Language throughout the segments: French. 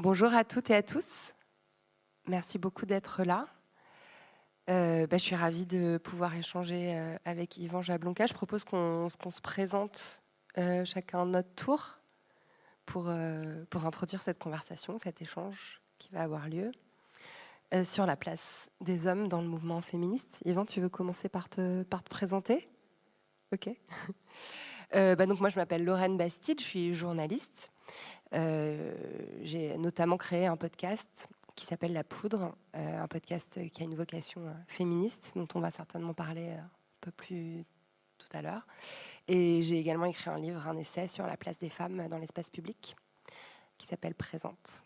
Bonjour à toutes et à tous. Merci beaucoup d'être là. Je suis ravie de pouvoir échanger avec Yvan Jablonka. Je propose qu'on se présente chacun à notre tour pour introduire cette conversation, cet échange qui va avoir lieu sur la place des hommes dans le mouvement féministe. Yvan, tu veux commencer par te présenter ? Ok. Donc moi, je m'appelle Lorraine Bastide, je suis journaliste. J'ai notamment créé un podcast qui s'appelle La Poudre, un podcast qui a une vocation féministe, dont on va certainement parler un peu plus tout à l'heure. Et j'ai également écrit un livre, un essai sur la place des femmes dans l'espace public, qui s'appelle Présente.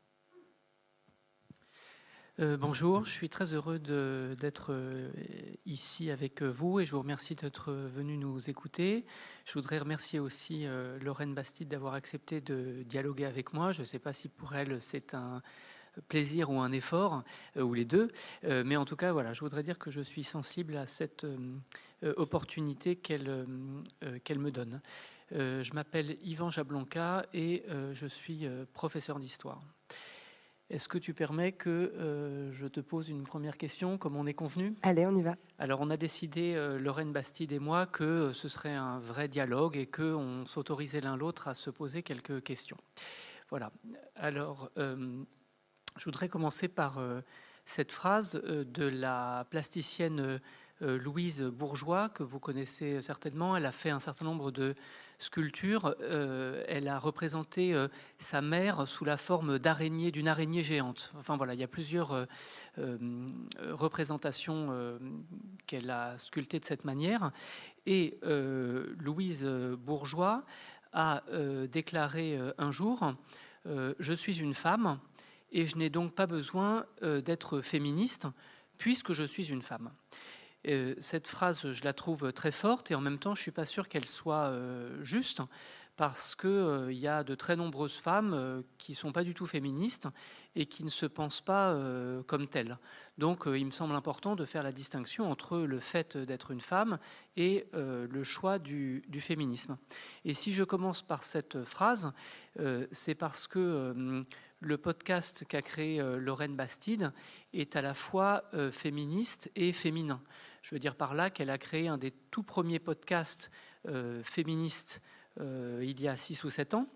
Bonjour, je suis très heureux d'être ici avec vous et je vous remercie d'être venu nous écouter. Je voudrais remercier aussi Lorraine Bastide d'avoir accepté de dialoguer avec moi. Je ne sais pas si pour elle c'est un plaisir ou un effort, ou les deux, mais en tout cas, voilà, je voudrais dire que je suis sensible à cette opportunité qu'elle me donne. Je m'appelle Yvan Jablonka et je suis professeur d'histoire. Est-ce que tu permets que je te pose une première question, comme on est convenu ? Allez, on y va. Alors, on a décidé, Lorraine Bastide et moi, que ce serait un vrai dialogue et qu'on s'autorisait l'un l'autre à se poser quelques questions. Voilà. Alors, je voudrais commencer par cette phrase de la plasticienne Louise Bourgeois, que vous connaissez certainement. Elle a fait un certain nombre de sculptures. Elle a représenté sa mère sous la forme d'araignée, d'une araignée géante. Enfin voilà, il y a plusieurs représentations qu'elle a sculptées de cette manière. Et Louise Bourgeois a déclaré un jour « Je suis une femme et je n'ai donc pas besoin d'être féministe puisque je suis une femme ». Cette phrase, je la trouve très forte et en même temps, je ne suis pas sûr qu'elle soit juste parce qu'il y a de très nombreuses femmes qui ne sont pas du tout féministes et qui ne se pensent pas comme telles. Donc, il me semble important de faire la distinction entre le fait d'être une femme et le choix du féminisme. Et si je commence par cette phrase, c'est parce que le podcast qu'a créé Lorraine Bastide est à la fois féministe et féminin. Je veux dire par là qu'elle a créé un des tout premiers podcasts féministes il y a 6 ou 7 ans.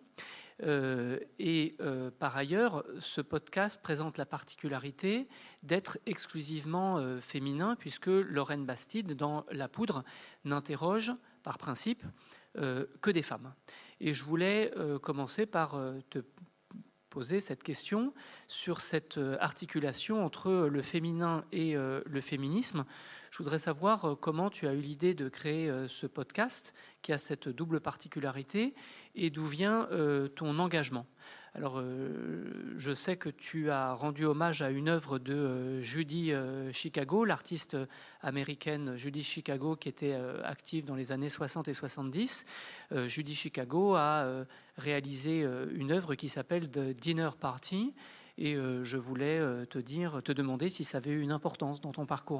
Par ailleurs, ce podcast présente la particularité d'être exclusivement féminin, puisque Lorraine Bastide, dans La Poudre, n'interroge par principe que des femmes. Et je voulais commencer par te poser cette question sur cette articulation entre le féminin et le féminisme. Je voudrais savoir comment tu as eu l'idée de créer ce podcast qui a cette double particularité et d'où vient ton engagement. Alors, je sais que tu as rendu hommage à une œuvre de Judy Chicago, l'artiste américaine Judy Chicago qui était active dans les années 60 et 70. Judy Chicago a réalisé une œuvre qui s'appelle The Dinner Party et je voulais te demander si ça avait eu une importance dans ton parcours.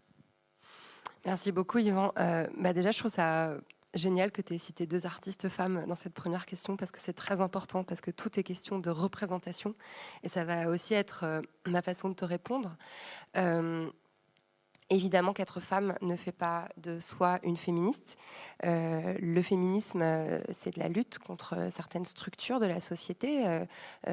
Merci beaucoup, Yvan. Déjà, je trouve ça génial que tu aies cité 2 artistes femmes dans cette première question parce que c'est très important, parce que tout est question de représentation et ça va aussi être ma façon de te répondre. Évidemment qu'être femme ne fait pas de soi une féministe. Le féminisme, c'est de la lutte contre certaines structures de la société,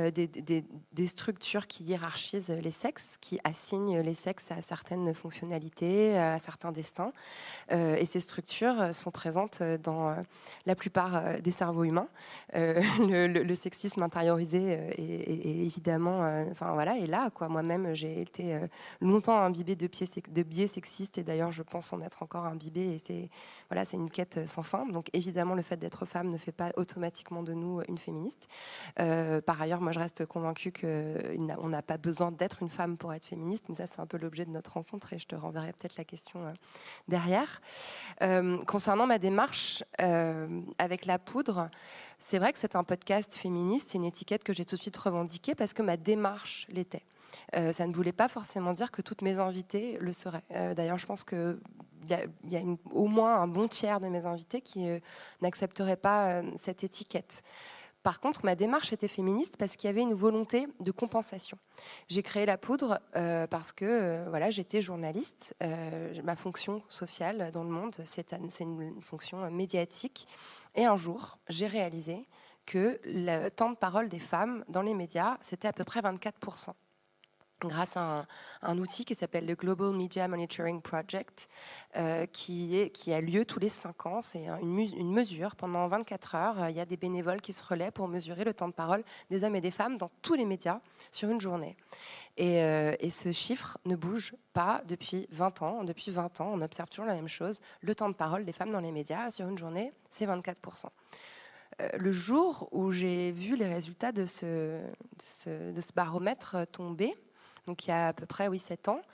des structures qui hiérarchisent les sexes, qui assignent les sexes à certaines fonctionnalités, à certains destins. Et ces structures sont présentes dans la plupart des cerveaux humains. Le sexisme intériorisé est évidemment, est là, quoi. Moi-même, j'ai été longtemps imbibée de biais sexistes et d'ailleurs, je pense en être encore imbibée. Et c'est une quête sans fin. Donc, évidemment, le fait d'être femme ne fait pas automatiquement de nous une féministe. Par ailleurs, moi, je reste convaincue qu'on n'a pas besoin d'être une femme pour être féministe. Mais ça, c'est un peu l'objet de notre rencontre et je te renverrai peut-être la question derrière. Concernant ma démarche avec La Poudre, c'est vrai que c'est un podcast féministe, c'est une étiquette que j'ai tout de suite revendiquée parce que ma démarche l'était. Ça ne voulait pas forcément dire que toutes mes invitées le seraient. D'ailleurs, je pense qu'il y a au moins un bon tiers de mes invités qui n'accepteraient pas cette étiquette. Par contre, ma démarche était féministe parce qu'il y avait une volonté de compensation. J'ai créé La Poudre parce que voilà, j'étais journaliste. Ma fonction sociale dans le monde, c'est une fonction médiatique. Et un jour, j'ai réalisé que le temps de parole des femmes dans les médias, c'était à peu près 24%. Grâce à un outil qui s'appelle le Global Media Monitoring Project, qui a lieu tous les 5 ans. C'est une mesure. Pendant 24 heures, il y a des bénévoles qui se relaient pour mesurer le temps de parole des hommes et des femmes dans tous les médias sur une journée. Et ce chiffre ne bouge pas depuis 20 ans. Depuis 20 ans, on observe toujours la même chose. Le temps de parole des femmes dans les médias sur une journée, c'est 24%. Le jour où j'ai vu les résultats de ce baromètre tomber, donc il y a à peu près 7 ans,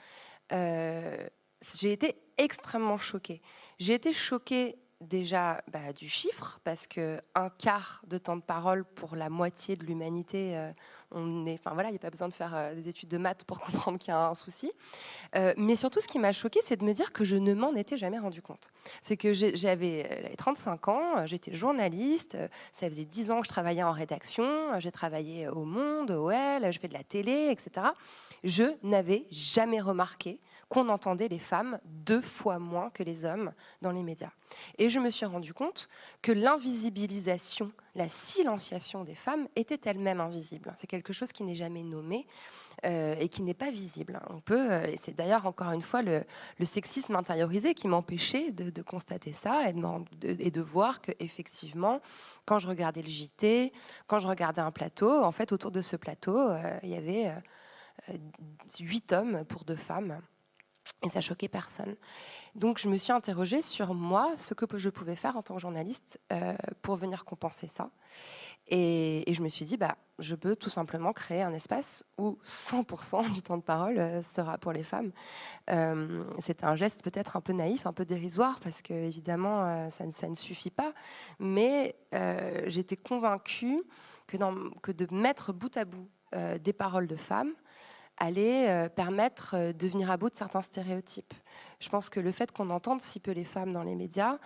j'ai été extrêmement choquée. J'ai été choquée déjà du chiffre, parce qu'un quart de temps de parole pour la moitié de l'humanité, il n'y a pas besoin de faire des études de maths pour comprendre qu'il y a un souci. Mais surtout, ce qui m'a choquée, c'est de me dire que je ne m'en étais jamais rendu compte. C'est que j'avais 35 ans, j'étais journaliste, ça faisait 10 ans que je travaillais en rédaction, j'ai travaillé au Monde, au OL, je fais de la télé, etc. Je n'avais jamais remarqué qu'on entendait les femmes 2 fois moins que les hommes dans les médias. Et je me suis rendu compte que l'invisibilisation, la silenciation des femmes était elle-même invisible. C'est quelque chose qui n'est jamais nommé et qui n'est pas visible. On peut, et c'est d'ailleurs encore une fois le sexisme intériorisé qui m'empêchait de constater ça et de voir qu'effectivement, quand je regardais le JT, quand je regardais un plateau, en fait, autour de ce plateau, il y avait 8 hommes pour 2 femmes. Et ça choquait personne. Donc je me suis interrogée sur moi, ce que je pouvais faire en tant que journaliste pour venir compenser ça. Et je me suis dit, je peux tout simplement créer un espace où 100% du temps de parole sera pour les femmes. C'était un geste peut-être un peu naïf, un peu dérisoire, parce que évidemment ça ne suffit pas. Mais j'étais convaincue que de mettre bout à bout des paroles de femmes allait permettre de venir à bout de certains stéréotypes. Je pense que le fait qu'on entende si peu les femmes dans les médias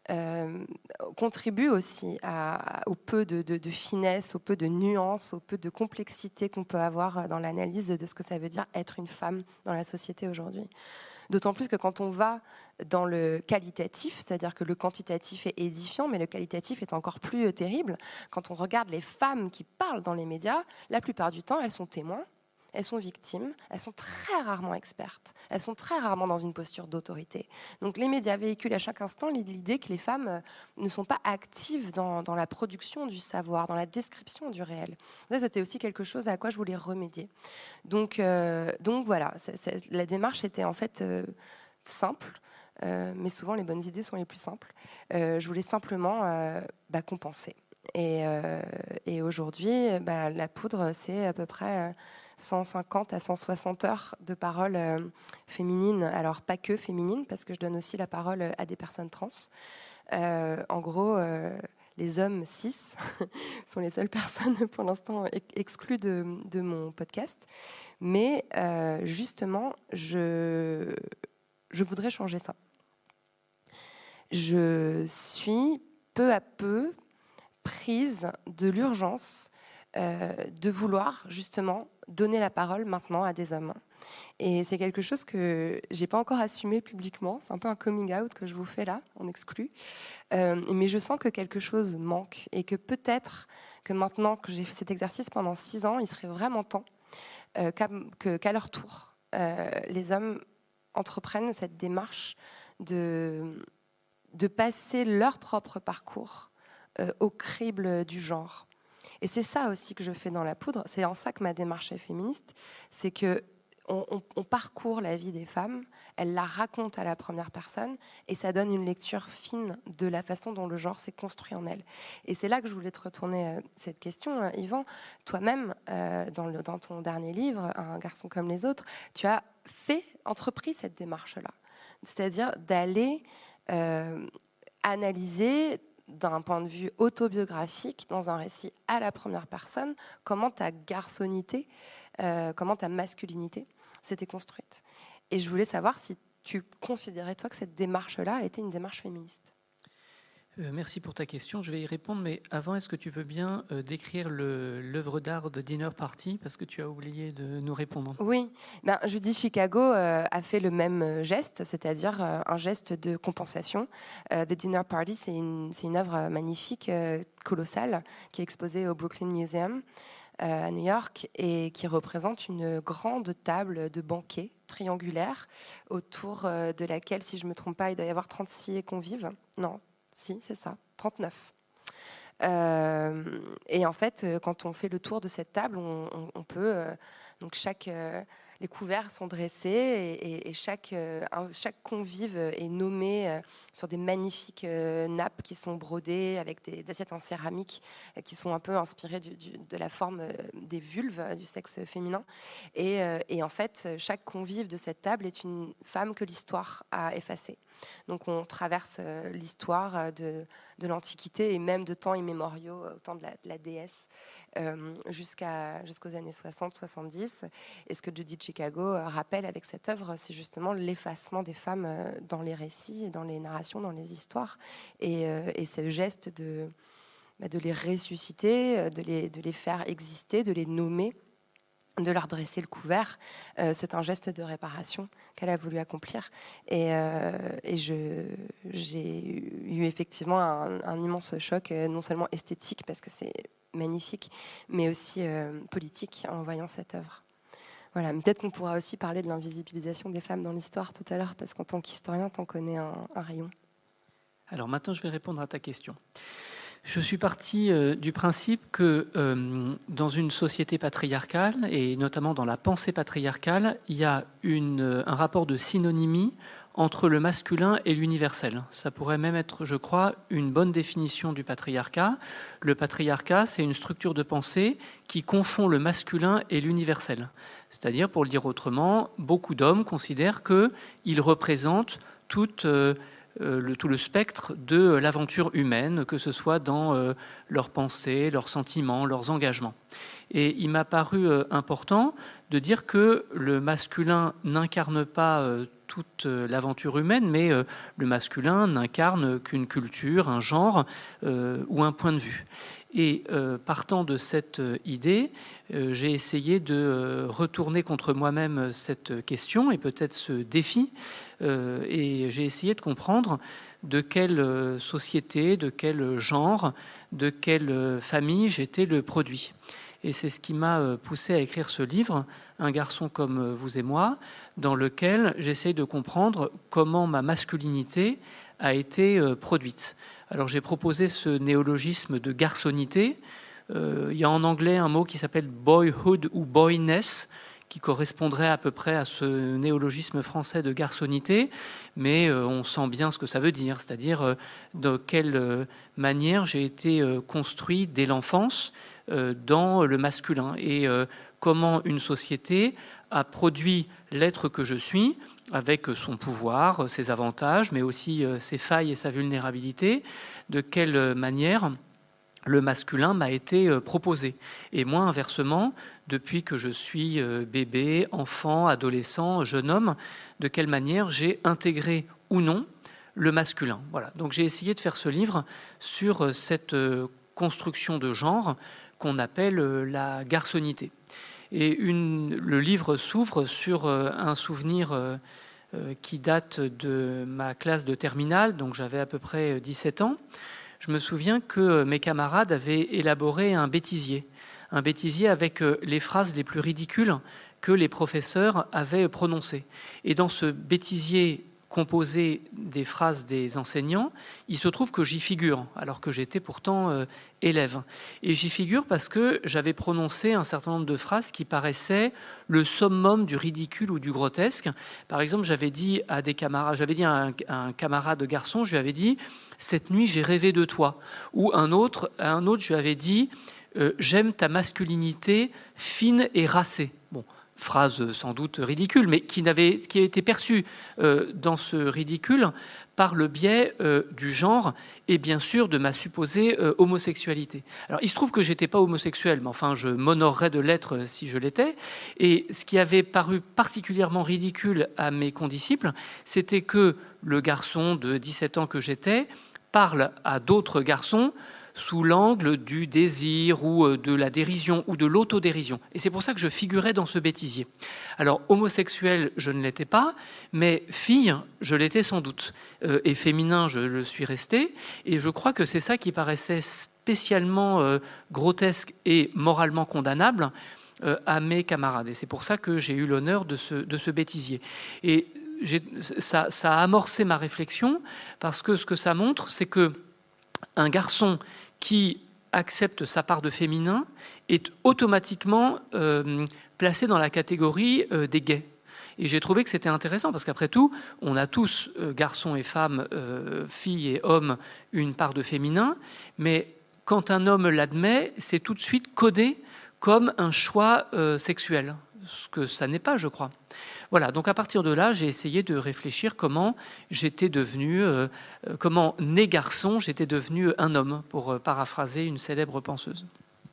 contribue aussi au peu de finesse, au peu de nuances, au peu de complexité qu'on peut avoir dans l'analyse de ce que ça veut dire être une femme dans la société aujourd'hui. D'autant plus que quand on va dans le qualitatif, c'est-à-dire que le quantitatif est édifiant, mais le qualitatif est encore plus terrible. Quand on regarde les femmes qui parlent dans les médias, la plupart du temps, elles sont témoins. Elles sont victimes, elles sont très rarement expertes, elles sont très rarement dans une posture d'autorité. Donc les médias véhiculent à chaque instant l'idée que les femmes ne sont pas actives dans la production du savoir, dans la description du réel. Ça, c'était aussi quelque chose à quoi je voulais remédier. Donc voilà, la démarche était en fait simple, mais souvent les bonnes idées sont les plus simples. Je voulais simplement compenser. Et aujourd'hui, La Poudre, c'est à peu près 150 à 160 heures de parole féminine. Alors, pas que féminine, parce que je donne aussi la parole à des personnes trans. En gros, les hommes cis sont les seules personnes, pour l'instant, exclues de mon podcast. Mais justement, je voudrais changer ça. Je suis peu à peu prise de l'urgence de vouloir justement donner la parole maintenant à des hommes. Et c'est quelque chose que j'ai pas encore assumé publiquement. C'est un peu un coming out que je vous fais là, en exclu. Mais je sens que quelque chose manque et que peut-être que maintenant que j'ai fait cet exercice pendant 6 ans, il serait vraiment temps qu'à leur tour, les hommes entreprennent cette démarche de passer leur propre parcours au crible du genre. Et c'est ça aussi que je fais dans La Poudre. C'est en ça que ma démarche est féministe. C'est que on parcourt la vie des femmes, elle la raconte à la première personne et ça donne une lecture fine de la façon dont le genre s'est construit en elle. Et c'est là que je voulais te retourner cette question, Yvan. Toi-même, dans ton dernier livre, Un garçon comme les autres, tu as entrepris cette démarche-là. C'est-à-dire d'aller analyser d'un point de vue autobiographique, dans un récit à la première personne, comment ta garçonnité, comment ta masculinité s'était construite. Et je voulais savoir si tu considérais, toi, que cette démarche-là était une démarche féministe. Merci pour ta question. Je vais y répondre, mais avant, est-ce que tu veux bien décrire l'œuvre d'art de Dinner Party, parce que tu as oublié de nous répondre. Oui, Judy Chicago a fait le même geste, c'est-à-dire un geste de compensation. The Dinner Party, c'est une œuvre magnifique, colossale, qui est exposée au Brooklyn Museum à New York et qui représente une grande table de banquet triangulaire autour de laquelle, si je ne me trompe pas, il doit y avoir 36 convives. Non, si, c'est ça, 39. Et en fait, quand on fait le tour de cette table, on peut... donc les couverts sont dressés et chaque convive est nommé sur des magnifiques nappes qui sont brodées avec des assiettes en céramique qui sont un peu inspirées de la forme des vulves du sexe féminin. Et en fait, chaque convive de cette table est une femme que l'histoire a effacée. Donc on traverse l'histoire de l'Antiquité et même de temps immémoriaux, au temps de la déesse, jusqu'aux années 60-70. Et ce que Judy Chicago rappelle avec cette œuvre, c'est justement l'effacement des femmes dans les récits, dans les narrations, dans les histoires. Et ce geste de les ressusciter, de les faire exister, de les nommer, de leur dresser le couvert, c'est un geste de réparation qu'elle a voulu accomplir. Et j'ai eu effectivement un immense choc, non seulement esthétique, parce que c'est magnifique, mais aussi politique en voyant cette œuvre. Voilà, peut-être qu'on pourra aussi parler de l'invisibilisation des femmes dans l'histoire tout à l'heure, parce qu'en tant qu'historien, tu en connais un rayon. Alors maintenant, je vais répondre à ta question. Je suis parti du principe que dans une société patriarcale, et notamment dans la pensée patriarcale, il y a un rapport de synonymie entre le masculin et l'universel. Ça pourrait même être, je crois, une bonne définition du patriarcat. Le patriarcat, c'est une structure de pensée qui confond le masculin et l'universel. C'est-à-dire, pour le dire autrement, beaucoup d'hommes considèrent qu'ils représentent tout le spectre de l'aventure humaine, que ce soit dans leurs pensées, leurs sentiments, leurs engagements. Et il m'a paru important de dire que le masculin n'incarne pas toute l'aventure humaine, mais le masculin n'incarne qu'une culture, un genre ou un point de vue. Et partant de cette idée, j'ai essayé de retourner contre moi-même cette question et peut-être ce défi, et j'ai essayé de comprendre de quelle société, de quel genre, de quelle famille j'étais le produit. Et c'est ce qui m'a poussé à écrire ce livre, Un garçon comme vous et moi, dans lequel j'essaye de comprendre comment ma masculinité a été produite. Alors j'ai proposé ce néologisme de garçonnité. Il y a en anglais un mot qui s'appelle boyhood ou boyness, qui correspondrait à peu près à ce néologisme français de garçonnité, mais on sent bien ce que ça veut dire, c'est-à-dire de quelle manière j'ai été construit dès l'enfance dans le masculin et comment une société a produit l'être que je suis, avec son pouvoir, ses avantages, mais aussi ses failles et sa vulnérabilité, de quelle manière le masculin m'a été proposé. Et moi, inversement, depuis que je suis bébé, enfant, adolescent, jeune homme, de quelle manière j'ai intégré ou non le masculin. Voilà. Donc j'ai essayé de faire ce livre sur cette construction de genre qu'on appelle la garçonnité. Et le livre s'ouvre sur un souvenir qui date de ma classe de terminale, donc j'avais à peu près 17 ans. Je me souviens que mes camarades avaient élaboré un bêtisier avec les phrases les plus ridicules que les professeurs avaient prononcées. Et dans ce bêtisier composé des phrases des enseignants, il se trouve que j'y figure, alors que j'étais pourtant élève. Et j'y figure parce que j'avais prononcé un certain nombre de phrases qui paraissaient le summum du ridicule ou du grotesque. Par exemple, j'avais dit à un camarade garçon, je lui avais dit « Cette nuit, j'ai rêvé de toi ». Ou à un autre, je lui avais dit « J'aime ta masculinité fine et racée ». Bon, phrase sans doute ridicule, mais qui a été perçue dans ce ridicule par le biais du genre et bien sûr de ma supposée homosexualité. Alors il se trouve que je n'étais pas homosexuel, mais enfin je m'honorerais de l'être si je l'étais. Et ce qui avait paru particulièrement ridicule à mes condisciples, c'était que le garçon de 17 ans que j'étais parle à d'autres garçons sous l'angle du désir ou de la dérision ou de l'autodérision. Et c'est pour ça que je figurais dans ce bêtisier. Alors, homosexuel, je ne l'étais pas, mais fille, je l'étais sans doute. Et féminin, je le suis resté. Et je crois que c'est ça qui paraissait spécialement grotesque et moralement condamnable à mes camarades. Et c'est pour ça que j'ai eu l'honneur de ce bêtisier. Et ça a amorcé ma réflexion, parce que ce que ça montre, c'est que un garçon qui accepte sa part de féminin est automatiquement placé dans la catégorie des gays. Et j'ai trouvé que c'était intéressant, parce qu'après tout, on a tous, garçons et femmes, filles et hommes, une part de féminin, mais quand un homme l'admet, c'est tout de suite codé comme un choix sexuel, ce que ça n'est pas, je crois. Voilà, donc à partir de là, j'ai essayé de réfléchir comment j'étais devenu, comment né garçon, j'étais devenu un homme, pour paraphraser une célèbre penseuse.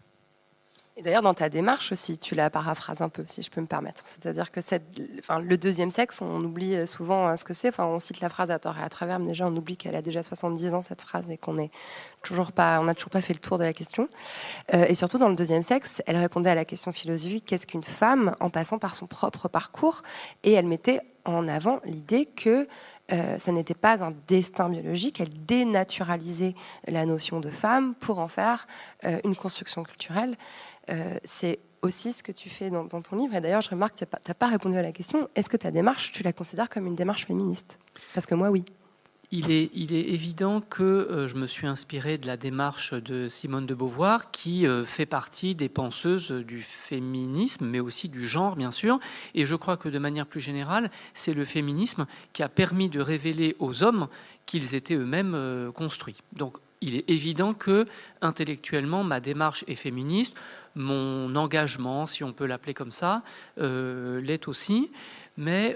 Et d'ailleurs, dans ta démarche aussi, tu la paraphrases un peu, si je peux me permettre. C'est-à-dire que le deuxième sexe, on oublie souvent ce que c'est. Enfin, on cite la phrase à tort et à travers, mais déjà, on oublie qu'elle a déjà 70 ans, cette phrase, et qu'on n'a toujours pas fait le tour de la question. Et surtout, dans le deuxième sexe, elle répondait à la question philosophique, qu'est-ce qu'une femme, en passant par son propre parcours? Et elle mettait en avant l'idée que ça n'était pas un destin biologique, elle dénaturalisait la notion de femme pour en faire une construction culturelle. C'est aussi ce que tu fais dans ton livre. Et d'ailleurs, je remarque que tu n'as pas répondu à la question. Est-ce que ta démarche, tu la considères comme une démarche féministe? Parce que moi, oui. Il est évident que je me suis inspiré de la démarche de Simone de Beauvoir, qui fait partie des penseuses du féminisme, mais aussi du genre, bien sûr. Et je crois que de manière plus générale, c'est le féminisme qui a permis de révéler aux hommes qu'ils étaient eux-mêmes construits. Donc, il est évident que, intellectuellement, ma démarche est féministe. Mon engagement, si on peut l'appeler comme ça, l'est aussi. Mais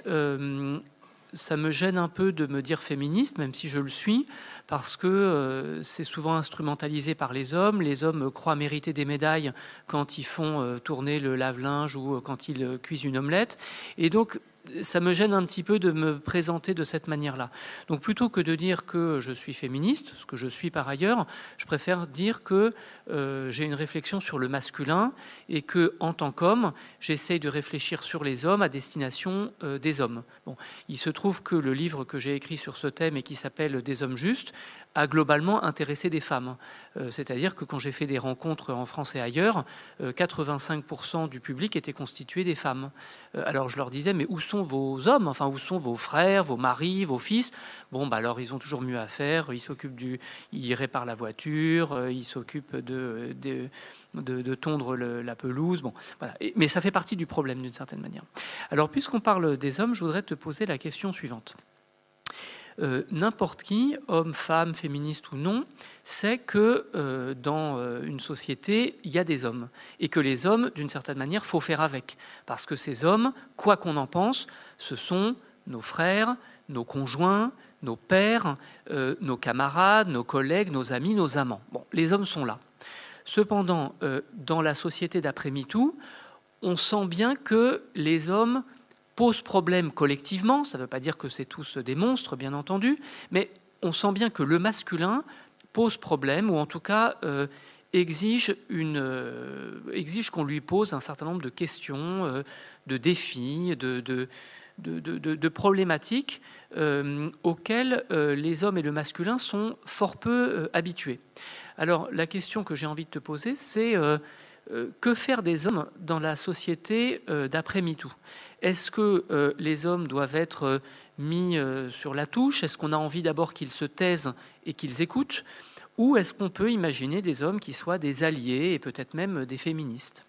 ça me gêne un peu de me dire féministe, même si je le suis, parce que c'est souvent instrumentalisé par les hommes. Les hommes croient mériter des médailles quand ils font tourner le lave-linge ou quand ils cuisent une omelette. Et donc, ça me gêne un petit peu de me présenter de cette manière-là. Donc plutôt que de dire que je suis féministe, ce que je suis par ailleurs, je préfère dire que j'ai une réflexion sur le masculin et que, en tant qu'homme, j'essaye de réfléchir sur les hommes à destination des hommes. Bon, il se trouve que le livre que j'ai écrit sur ce thème et qui s'appelle « Des hommes justes » a globalement intéressé des femmes. C'est-à-dire que quand j'ai fait des rencontres en France et ailleurs, 85% du public était constitué des femmes. Alors je leur disais, mais où sont vos hommes? Enfin, où sont vos frères, vos maris, vos fils? Bon, bah alors ils ont toujours mieux à faire. Ils s'occupent ils réparent la voiture, ils s'occupent de tondre la pelouse. Bon, voilà. Mais ça fait partie du problème d'une certaine manière. Alors, puisqu'on parle des hommes, je voudrais te poser la question suivante. N'importe qui, homme, femme, féministe ou non, sait que dans une société, il y a des hommes. Et que les hommes, d'une certaine manière, faut faire avec. Parce que ces hommes, quoi qu'on en pense, ce sont nos frères, nos conjoints, nos pères, nos camarades, nos collègues, nos amis, nos amants. Bon, les hommes sont là. Cependant, dans la société d'après MeToo, on sent bien que les hommes pose problème collectivement, ça ne veut pas dire que c'est tous des monstres, bien entendu, mais on sent bien que le masculin pose problème, ou en tout cas exige qu'on lui pose un certain nombre de questions, de défis, de problématiques auxquelles les hommes et le masculin sont fort peu habitués. Alors la question que j'ai envie de te poser, c'est que faire des hommes dans la société d'après MeToo? Est-ce que les hommes doivent être mis sur la touche? Est-ce qu'on a envie d'abord qu'ils se taisent et qu'ils écoutent? Ou est-ce qu'on peut imaginer des hommes qui soient des alliés et peut-être même des féministes?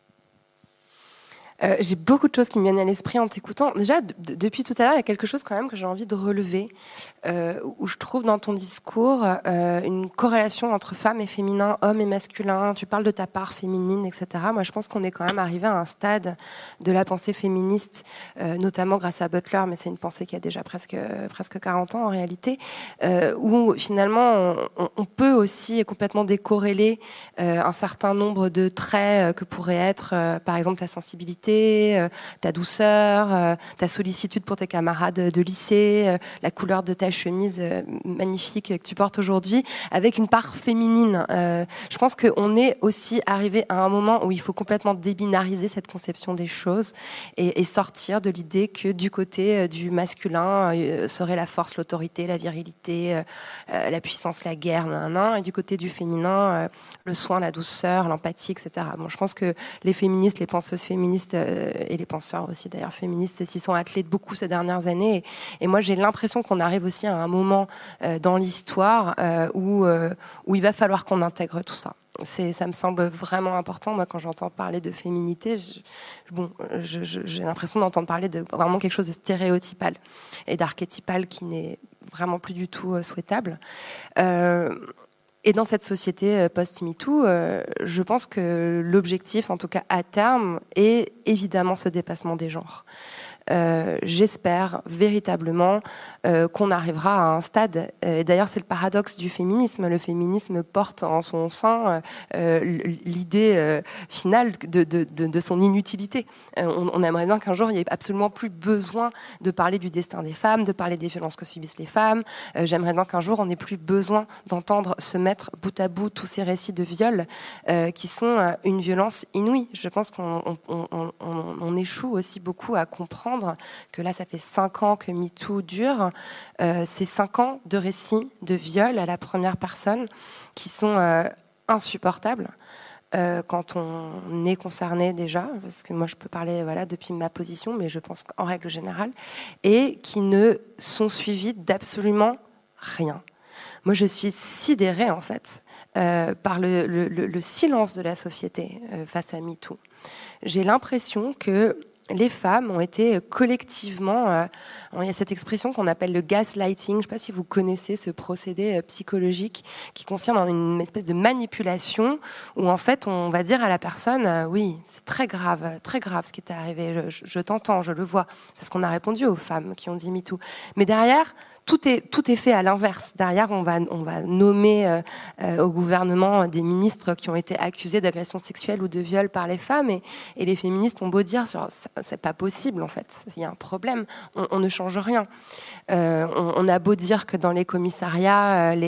J'ai beaucoup de choses qui me viennent à l'esprit en t'écoutant. Déjà, depuis tout à l'heure, il y a quelque chose quand même que j'ai envie de relever, où je trouve dans ton discours une corrélation entre femmes et féminin, hommes et masculin. Tu parles de ta part féminine, etc. Moi, je pense qu'on est quand même arrivé à un stade de la pensée féministe, notamment grâce à Butler, mais c'est une pensée qui a déjà presque 40 ans en réalité, où finalement, on peut aussi complètement décorréler un certain nombre de traits que pourrait être, par exemple, la sensibilité simplicité, ta douceur, ta sollicitude pour tes camarades de lycée, la couleur de ta chemise magnifique que tu portes aujourd'hui, avec une part féminine. Je pense qu'on est aussi arrivé à un moment où il faut complètement débinariser cette conception des choses et sortir de l'idée que du côté du masculin serait la force, l'autorité, la virilité, la puissance, la guerre, et du côté du féminin, le soin, la douceur, l'empathie, etc. Bon, je pense que les féministes, les penseuses féministes et les penseurs aussi d'ailleurs féministes s'y sont attelés de beaucoup ces dernières années. Et moi, j'ai l'impression qu'on arrive aussi à un moment dans l'histoire où il va falloir qu'on intègre tout ça. Ça me semble vraiment important. Moi, quand j'entends parler de féminité, j'ai l'impression d'entendre parler de vraiment quelque chose de stéréotypal et d'archétypal qui n'est vraiment plus du tout souhaitable. Et dans cette société post-MeToo, je pense que l'objectif, en tout cas à terme, est évidemment ce dépassement des genres. J'espère véritablement qu'on arrivera à un stade. D'ailleurs, c'est le paradoxe du féminisme. Le féminisme porte en son sein l'idée finale de son inutilité. On aimerait bien qu'un jour, il n'y ait absolument plus besoin de parler du destin des femmes, de parler des violences que subissent les femmes. J'aimerais bien qu'un jour, on n'ait plus besoin d'entendre se mettre bout à bout tous ces récits de viol qui sont une violence inouïe. Je pense qu'on échoue aussi beaucoup à comprendre que là, ça fait 5 ans que MeToo dure. C'est 5 ans de récits de viol à la première personne qui sont insupportables quand on est concerné déjà, parce que moi, je peux parler depuis ma position, mais je pense qu'en règle générale, et qui ne sont suivis d'absolument rien. Moi, je suis sidérée, en fait, par le silence de la société face à MeToo. J'ai l'impression que les femmes ont été collectivement... il y a cette expression qu'on appelle le gaslighting. Je ne sais pas si vous connaissez ce procédé psychologique qui consiste dans une espèce de manipulation où, en fait, on va dire à la personne oui, c'est très grave ce qui t'est arrivé. Je t'entends, je le vois. C'est ce qu'on a répondu aux femmes qui ont dit MeToo. Mais derrière... Tout est fait à l'inverse. Derrière, on va nommer au gouvernement des ministres qui ont été accusés d'agression sexuelle ou de viol par les femmes. Et les féministes ont beau dire, c'est pas possible en fait. Il y a un problème. On ne change rien. On a beau dire que dans les commissariats,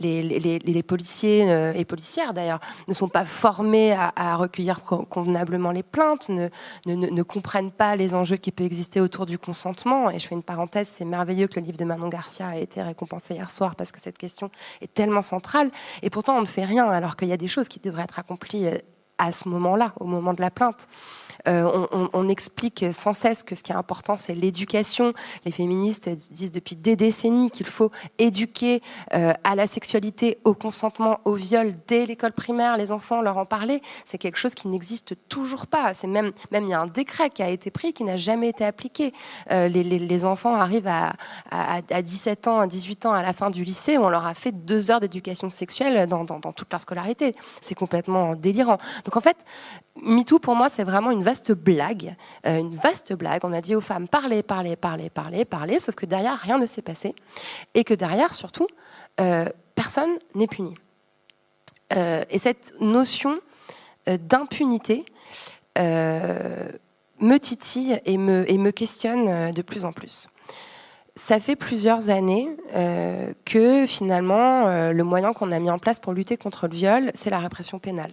les policiers et policières d'ailleurs ne sont pas formés à recueillir convenablement les plaintes, ne comprennent pas les enjeux qui peuvent exister autour du consentement. Et je fais une parenthèse, c'est merveilleux que le livre de Manon Garcia a été récompensé hier soir parce que cette question est tellement centrale. Et pourtant, on ne fait rien alors qu'il y a des choses qui devraient être accomplies à ce moment-là, au moment de la plainte. On explique sans cesse que ce qui est important, c'est l'éducation. Les féministes disent depuis des décennies qu'il faut éduquer à la sexualité, au consentement, au viol dès l'école primaire. Les enfants leur en parler, c'est quelque chose qui n'existe toujours pas. C'est même il y a un décret qui a été pris qui n'a jamais été appliqué. Les enfants arrivent à 17 ans, à 18 ans à la fin du lycée, où on leur a fait 2 heures d'éducation sexuelle dans toute leur scolarité. C'est complètement délirant. Donc en fait, MeToo, pour moi, c'est vraiment une vaste blague. On a dit aux femmes, parlez, sauf que derrière, rien ne s'est passé. Et que derrière, surtout, personne n'est puni. Et cette notion d'impunité me titille et me questionne de plus en plus. Ça fait plusieurs années que, finalement, le moyen qu'on a mis en place pour lutter contre le viol, c'est la répression pénale.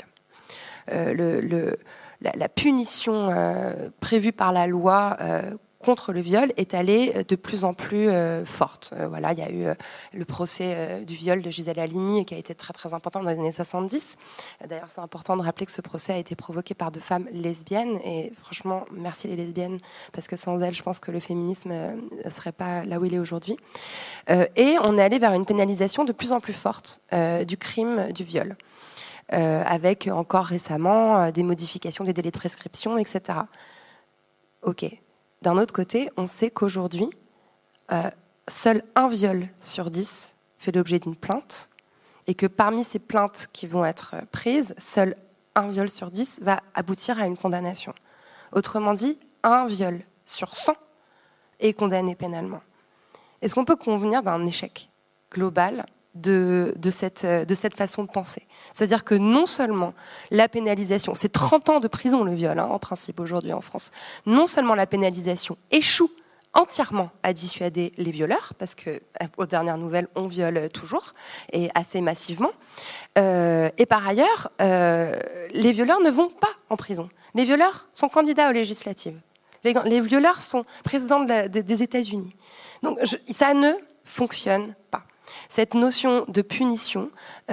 La punition prévue par la loi contre le viol est allée de plus en plus forte. Il y a eu le procès du viol de Gisèle Halimi qui a été très très important dans les années 70. D'ailleurs, c'est important de rappeler que ce procès a été provoqué par 2 femmes lesbiennes. Et franchement, merci les lesbiennes, parce que sans elles, je pense que le féminisme ne serait pas là où il est aujourd'hui. Et on est allé vers une pénalisation de plus en plus forte du crime du viol. Avec encore récemment des modifications des délais de prescription, etc. Ok. D'un autre côté, on sait qu'aujourd'hui, seul 1 viol sur 10 fait l'objet d'une plainte, et que parmi ces plaintes qui vont être prises, seul 1 viol sur 10 va aboutir à une condamnation. Autrement dit, 1 viol sur 100 est condamné pénalement. Est-ce qu'on peut convenir d'un échec global de cette façon de penser. C'est-à-dire que non seulement la pénalisation, c'est 30 ans de prison le viol, en principe aujourd'hui en France, non seulement la pénalisation échoue entièrement à dissuader les violeurs, parce qu'aux dernières nouvelles, on viole toujours, et assez massivement, et par ailleurs, les violeurs ne vont pas en prison. Les violeurs sont candidats aux législatives. Les violeurs sont présidents des États-Unis. Donc ça ne fonctionne pas. Cette notion de punition,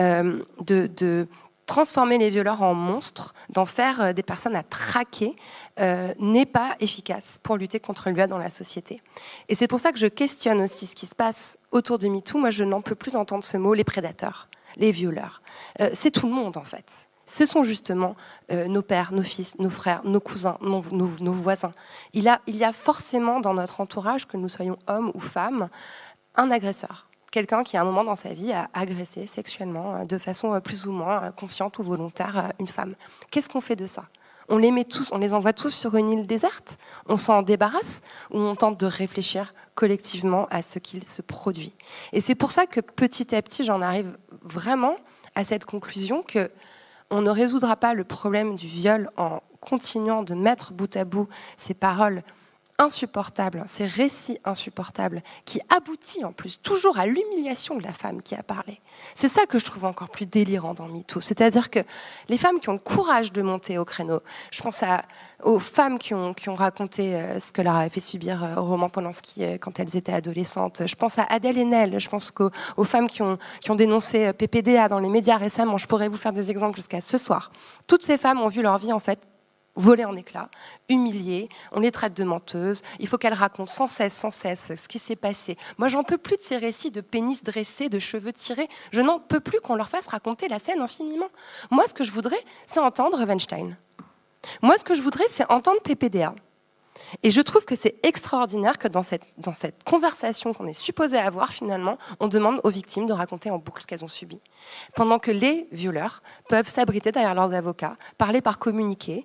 de transformer les violeurs en monstres, d'en faire des personnes à traquer, n'est pas efficace pour lutter contre le viol dans la société. Et c'est pour ça que je questionne aussi ce qui se passe autour de MeToo. Moi, je n'en peux plus d'entendre ce mot, les prédateurs, les violeurs. C'est tout le monde, en fait. Ce sont justement nos pères, nos fils, nos frères, nos cousins, nos voisins. Il y a forcément dans notre entourage, que nous soyons hommes ou femmes, un agresseur. Quelqu'un qui, à un moment dans sa vie, a agressé sexuellement, de façon plus ou moins consciente ou volontaire, une femme. Qu'est-ce qu'on fait de ça ? On les met tous, on les envoie tous sur une île déserte ? On s'en débarrasse ? Ou on tente de réfléchir collectivement à ce qu'il se produit ? Et c'est pour ça que petit à petit, j'en arrive vraiment à cette conclusion que on ne résoudra pas le problème du viol en continuant de mettre bout à bout ces paroles insupportables, ces récits insupportables, qui aboutit en plus toujours à l'humiliation de la femme qui a parlé. C'est ça que je trouve encore plus délirant dans MeToo. C'est-à-dire que les femmes qui ont le courage de monter au créneau, je pense aux femmes qui ont raconté ce que leur avait fait subir Roman Polanski quand elles étaient adolescentes. Je pense à Adèle Haenel, je pense aux femmes qui ont dénoncé PPDA dans les médias récemment. Je pourrais vous faire des exemples jusqu'à ce soir. Toutes ces femmes ont vu leur vie en fait volées en éclats, humiliées, on les traite de menteuses, il faut qu'elles racontent sans cesse ce qui s'est passé. Moi, j'en peux plus de ces récits de pénis dressés, de cheveux tirés, je n'en peux plus qu'on leur fasse raconter la scène infiniment. Moi, ce que je voudrais, c'est entendre Weinstein. Moi, ce que je voudrais, c'est entendre PPDA. Et je trouve que c'est extraordinaire que dans cette conversation qu'on est supposé avoir, finalement, on demande aux victimes de raconter en boucle ce qu'elles ont subi. Pendant que les violeurs peuvent s'abriter derrière leurs avocats, parler par communiqué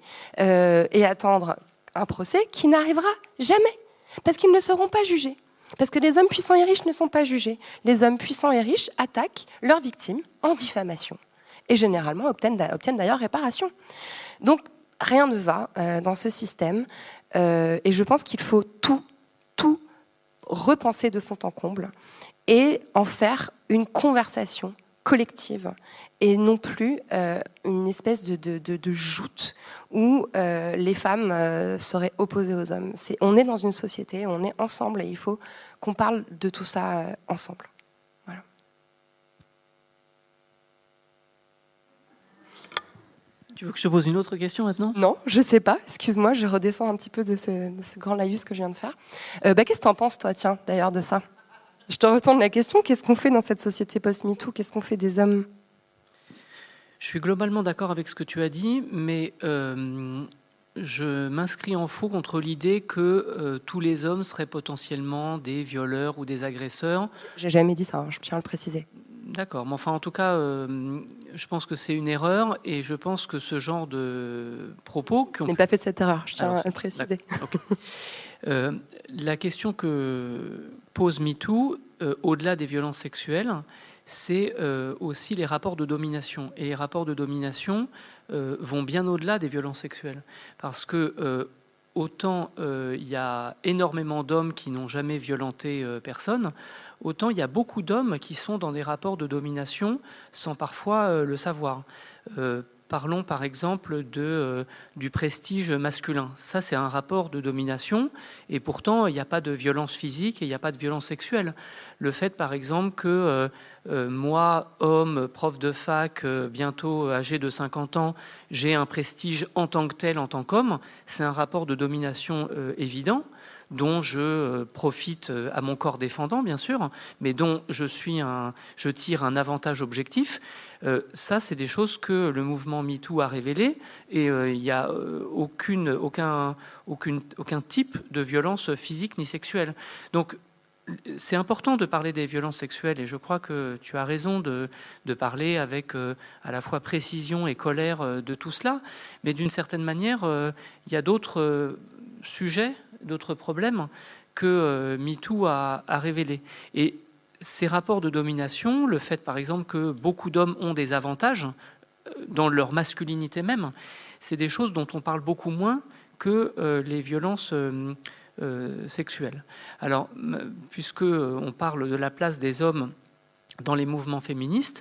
et attendre un procès qui n'arrivera jamais. Parce qu'ils ne seront pas jugés. Parce que les hommes puissants et riches ne sont pas jugés. Les hommes puissants et riches attaquent leurs victimes en diffamation. Et généralement obtiennent d'ailleurs réparation. Donc, rien ne va dans ce système. Et je pense qu'il faut tout repenser de fond en comble et en faire une conversation collective et non plus une espèce de joute où les femmes seraient opposées aux hommes. On est dans une société, on est ensemble et il faut qu'on parle de tout ça ensemble. Voilà. Tu veux que je te pose une autre question maintenant ? Non, je sais pas. Excuse-moi, je redescends un petit peu de ce grand laïus que je viens de faire. Qu'est-ce que tu en penses, toi, tiens, d'ailleurs, de ça ? Je te retourne la question. Qu'est-ce qu'on fait dans cette société post-MeToo ? Qu'est-ce qu'on fait des hommes ? Je suis globalement d'accord avec ce que tu as dit, mais je m'inscris en faux contre l'idée que tous les hommes seraient potentiellement des violeurs ou des agresseurs. J'ai jamais dit ça, je tiens à le préciser. D'accord, mais enfin en tout cas, je pense que c'est une erreur et je pense que ce genre de propos... Je n'ai pas fait cette erreur, je tiens à le préciser. Okay. La question que pose MeToo, au-delà des violences sexuelles, c'est aussi les rapports de domination. Et les rapports de domination vont bien au-delà des violences sexuelles. Parce que autant il y a énormément d'hommes qui n'ont jamais violenté personne, autant il y a beaucoup d'hommes qui sont dans des rapports de domination sans parfois le savoir. Parlons par exemple du prestige masculin. Ça, c'est un rapport de domination et pourtant, il n'y a pas de violence physique et il n'y a pas de violence sexuelle. Le fait, par exemple, que moi, homme, prof de fac, bientôt âgé de 50 ans, j'ai un prestige en tant que tel, en tant qu'homme, c'est un rapport de domination évident dont je profite à mon corps défendant, bien sûr, mais dont je tire un avantage objectif. Ça, c'est des choses que le mouvement MeToo a révélées et il n'y a aucun type de violence physique ni sexuelle. Donc, c'est important de parler des violences sexuelles et je crois que tu as raison de parler avec à la fois précision et colère de tout cela, mais d'une certaine manière, il y a d'autres sujets, d'autres problèmes que MeToo a révélés. Et ces rapports de domination, le fait par exemple que beaucoup d'hommes ont des avantages dans leur masculinité même, c'est des choses dont on parle beaucoup moins que les violences sexuelles. Alors, puisque on parle de la place des hommes dans les mouvements féministes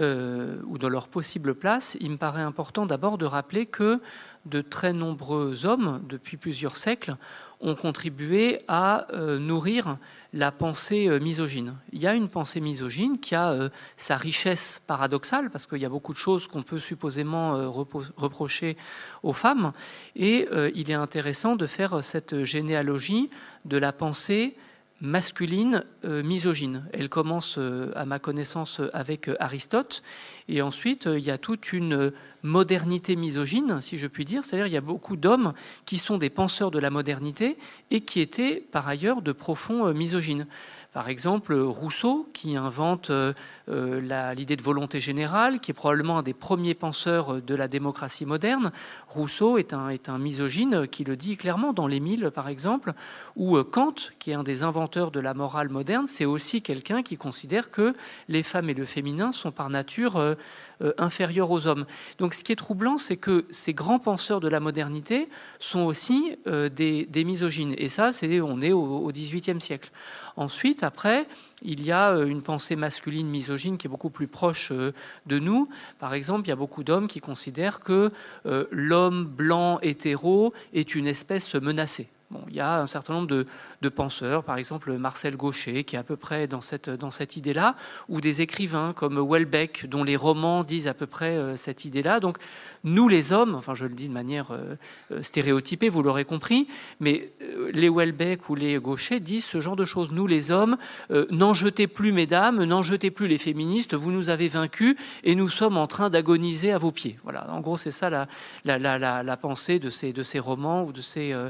ou de leur possible place, il me paraît important d'abord de rappeler que de très nombreux hommes, depuis plusieurs siècles, ont contribué à nourrir la pensée misogyne. Il y a une pensée misogyne qui a sa richesse paradoxale, parce qu'il y a beaucoup de choses qu'on peut supposément reprocher aux femmes, et il est intéressant de faire cette généalogie de la pensée masculine misogyne. Elle commence, à ma connaissance, avec Aristote, et ensuite il y a toute une modernité misogyne, si je puis dire, c'est-à-dire il y a beaucoup d'hommes qui sont des penseurs de la modernité et qui étaient par ailleurs de profonds misogynes. Par exemple, Rousseau, qui invente l'idée de volonté générale, qui est probablement un des premiers penseurs de la démocratie moderne. Rousseau est un misogyne qui le dit clairement dans l'Émile, par exemple, ou Kant, qui est un des inventeurs de la morale moderne, c'est aussi quelqu'un qui considère que les femmes et le féminin sont par nature inférieurs aux hommes. Donc ce qui est troublant, c'est que ces grands penseurs de la modernité sont aussi des misogynes. Et ça, on est au XVIIIe siècle. Ensuite, après, il y a une pensée masculine misogyne qui est beaucoup plus proche de nous. Par exemple, il y a beaucoup d'hommes qui considèrent que l'homme blanc hétéro est une espèce menacée. Bon, il y a un certain nombre de penseurs, par exemple Marcel Gauchet, qui est à peu près dans cette idée-là, ou des écrivains comme Houellebecq, dont les romans disent à peu près cette idée-là. Donc, nous les hommes, enfin je le dis de manière stéréotypée, vous l'aurez compris, mais les Houellebecq ou les Gauchet disent ce genre de choses. Nous les hommes, n'en jetez plus mesdames, n'en jetez plus les féministes, vous nous avez vaincus et nous sommes en train d'agoniser à vos pieds. Voilà, en gros c'est ça la pensée de ces romans ou de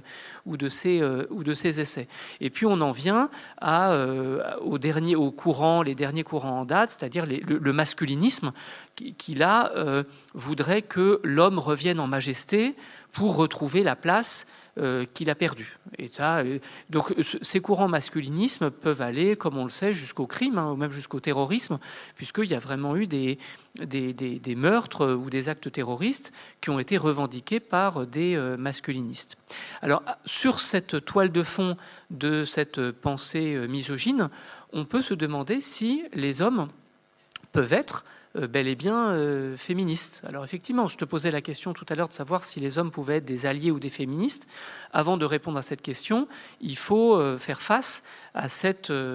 ces essais. Et puis on en vient les derniers courants en date, c'est-à-dire le masculinisme, qui là voudrait que l'homme revienne en majesté pour retrouver la place qu'il a perdue. Et donc ces courants masculinismes peuvent aller, comme on le sait, jusqu'au crime, ou même jusqu'au terrorisme, puisqu'il y a vraiment eu des meurtres ou des actes terroristes qui ont été revendiqués par des masculinistes. Alors, sur cette toile de fond de cette pensée misogyne, on peut se demander si les hommes peuvent être bel et bien féministes. Alors effectivement, je te posais la question tout à l'heure de savoir si les hommes pouvaient être des alliés ou des féministes. Avant de répondre à cette question, il faut faire face à ces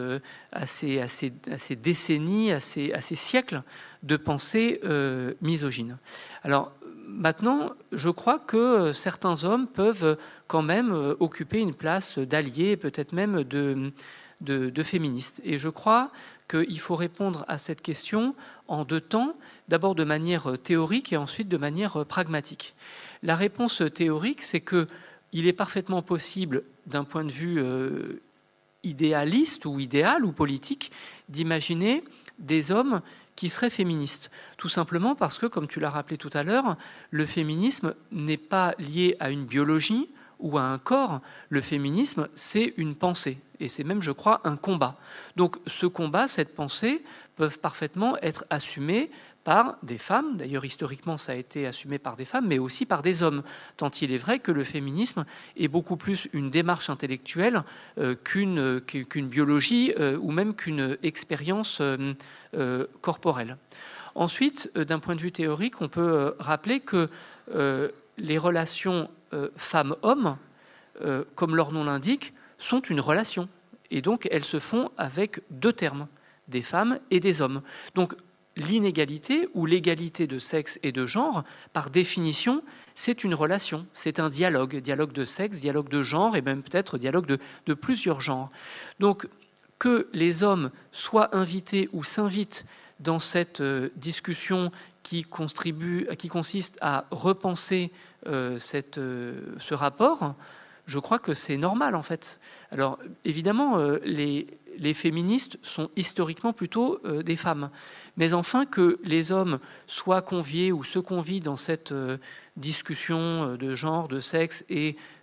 décennies, à ces siècles de pensée misogyne. Alors maintenant, je crois que certains hommes peuvent quand même occuper une place d'alliés, peut-être même de féministes. Et je crois qu'il faut répondre à cette question en deux temps, d'abord de manière théorique et ensuite de manière pragmatique. La réponse théorique, c'est qu'il est parfaitement possible, d'un point de vue idéaliste ou idéal ou politique, d'imaginer des hommes qui seraient féministes. Tout simplement parce que, comme tu l'as rappelé tout à l'heure, le féminisme n'est pas lié à une biologie ou à un corps. Le féminisme, c'est une pensée. Et c'est même, je crois, un combat. Donc ce combat, cette pensée, peuvent parfaitement être assumés par des femmes. D'ailleurs, historiquement, ça a été assumé par des femmes, mais aussi par des hommes. Tant il est vrai que le féminisme est beaucoup plus une démarche intellectuelle qu'une biologie ou même qu'une expérience corporelle. Ensuite, d'un point de vue théorique, on peut rappeler que les relations femmes-hommes, comme leur nom l'indique, sont une relation. Et donc, elles se font avec deux termes, des femmes et des hommes. Donc, l'inégalité ou l'égalité de sexe et de genre, par définition, c'est une relation, c'est un dialogue de sexe, dialogue de genre et même peut-être dialogue de plusieurs genres. Donc, que les hommes soient invités ou s'invitent dans cette discussion qui consiste à repenser ce rapport, je crois que c'est normal en fait. Alors évidemment, les féministes sont historiquement plutôt des femmes. Mais enfin, que les hommes soient conviés ou se convient dans cette discussion de genre, de sexe et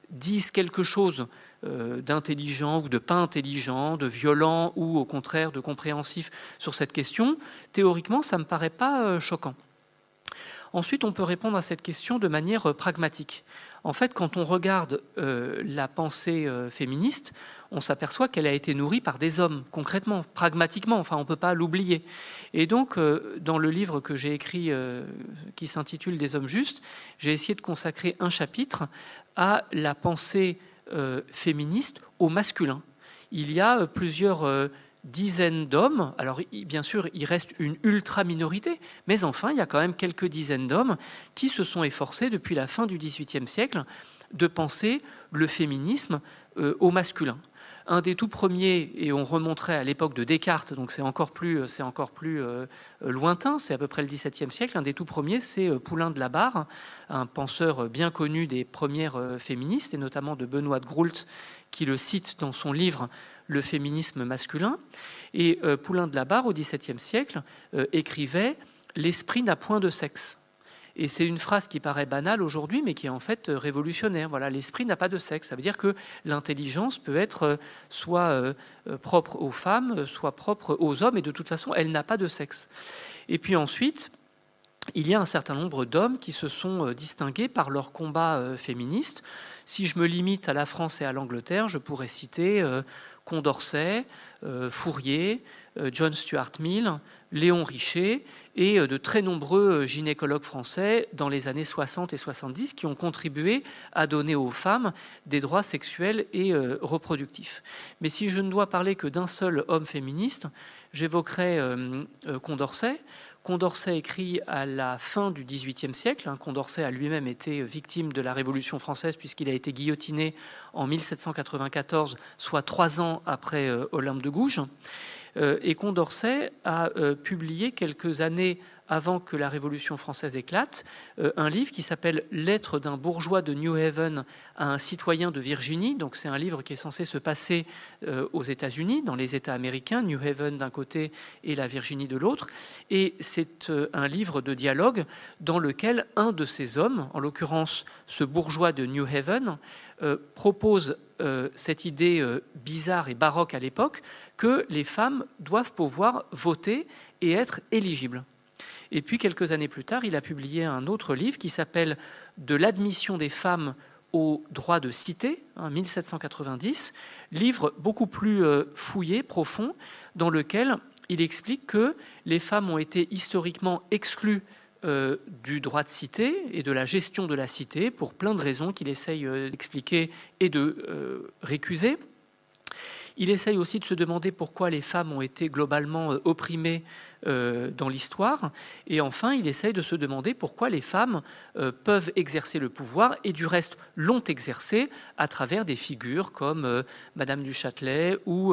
disent quelque chose d'intelligent ou de pas intelligent, de violent ou au contraire de compréhensif sur cette question, théoriquement, ça ne me paraît pas choquant. Ensuite, on peut répondre à cette question de manière pragmatique. En fait, quand on regarde la pensée féministe, on s'aperçoit qu'elle a été nourrie par des hommes, concrètement, pragmatiquement, enfin on ne peut pas l'oublier. Et donc, dans le livre que j'ai écrit, qui s'intitule « Des hommes justes », j'ai essayé de consacrer un chapitre à la pensée féministe au masculin. Il y a plusieurs dizaines d'hommes, alors bien sûr il reste une ultra-minorité, mais enfin il y a quand même quelques dizaines d'hommes qui se sont efforcés depuis la fin du XVIIIe siècle de penser le féminisme au masculin. Un des tout premiers, et on remonterait à l'époque de Descartes, donc c'est encore plus lointain, c'est à peu près le XVIIe siècle, un des tout premiers, c'est Poulain de la Barre, un penseur bien connu des premières féministes, et notamment de Benoît de Groult, qui le cite dans son livre « Le féminisme masculin ». Et Poulain de la Barre, au XVIIe siècle, écrivait « L'esprit n'a point de sexe ». Et c'est une phrase qui paraît banale aujourd'hui, mais qui est en fait révolutionnaire. Voilà, l'esprit n'a pas de sexe. Ça veut dire que l'intelligence peut être soit propre aux femmes, soit propre aux hommes, et de toute façon, elle n'a pas de sexe. Et puis ensuite, il y a un certain nombre d'hommes qui se sont distingués par leur combat féministe. Si je me limite à la France et à l'Angleterre, je pourrais citer Condorcet, Fourier, John Stuart Mill, Léon Richer et de très nombreux gynécologues français dans les années 60 et 70 qui ont contribué à donner aux femmes des droits sexuels et reproductifs. Mais si je ne dois parler que d'un seul homme féministe, j'évoquerai Condorcet. Condorcet écrit à la fin du XVIIIe siècle. Condorcet a lui-même été victime de la Révolution française puisqu'il a été guillotiné en 1794, soit 3 ans après Olympe de Gouges. Et Condorcet a publié quelques années avant que la Révolution française éclate, un livre qui s'appelle « Lettre d'un bourgeois de New Haven à un citoyen de Virginie ». Donc c'est un livre qui est censé se passer aux États-Unis, dans les États américains, New Haven d'un côté et la Virginie de l'autre. Et c'est un livre de dialogue dans lequel un de ces hommes, en l'occurrence ce bourgeois de New Haven, propose cette idée bizarre et baroque à l'époque que les femmes doivent pouvoir voter et être éligibles. Et puis, quelques années plus tard, il a publié un autre livre qui s'appelle « De l'admission des femmes au droit de cité », 1790, livre beaucoup plus fouillé, profond, dans lequel il explique que les femmes ont été historiquement exclues du droit de cité et de la gestion de la cité pour plein de raisons qu'il essaye d'expliquer et de récuser. Il essaye aussi de se demander pourquoi les femmes ont été globalement opprimées dans l'histoire. Et enfin, il essaye de se demander pourquoi les femmes peuvent exercer le pouvoir et du reste l'ont exercé à travers des figures comme Madame du Châtelet ou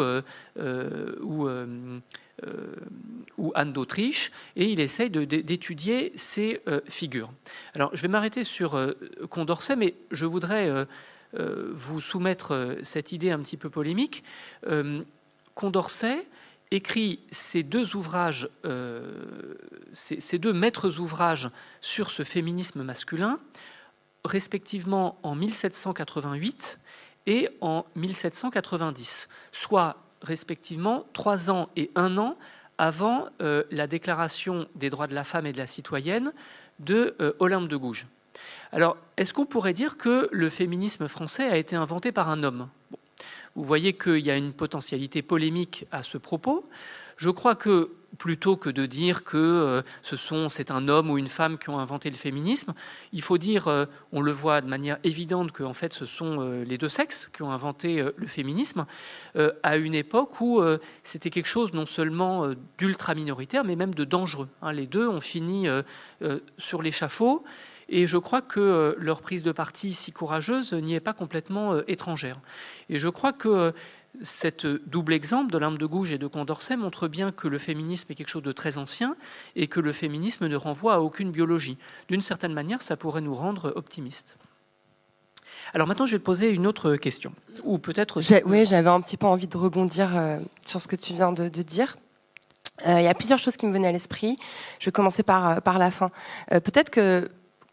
Anne d'Autriche, et il essaye d'étudier ces figures. Alors, je vais m'arrêter sur Condorcet, mais je voudrais vous soumettre cette idée un petit peu polémique. Condorcet écrit ces deux ouvrages, ces deux maîtres ouvrages sur ce féminisme masculin, respectivement en 1788 et en 1790, soit respectivement 3 ans et 1 an avant la déclaration des droits de la femme et de la citoyenne de Olympe de Gouges. Alors, est-ce qu'on pourrait dire que le féminisme français a été inventé par un homme ? Bon, vous voyez qu'il y a une potentialité polémique à ce propos. Je crois que plutôt que de dire que c'est un homme ou une femme qui ont inventé le féminisme, il faut dire, on le voit de manière évidente, qu'en fait ce sont les deux sexes qui ont inventé le féminisme à une époque où c'était quelque chose non seulement d'ultra minoritaire, mais même de dangereux. Les deux ont fini sur l'échafaud. Et je crois que leur prise de parti si courageuse n'y est pas complètement étrangère. Et je crois que cet double exemple d'Olympe de Gouges et de Condorcet montre bien que le féminisme est quelque chose de très ancien et que le féminisme ne renvoie à aucune biologie. D'une certaine manière, ça pourrait nous rendre optimistes. Alors maintenant, je vais te poser une autre question. Ou peut-être... Oui, j'avais un petit peu envie de rebondir sur ce que tu viens de dire. Il y a plusieurs choses qui me venaient à l'esprit. Je vais commencer par la fin. Peut-être que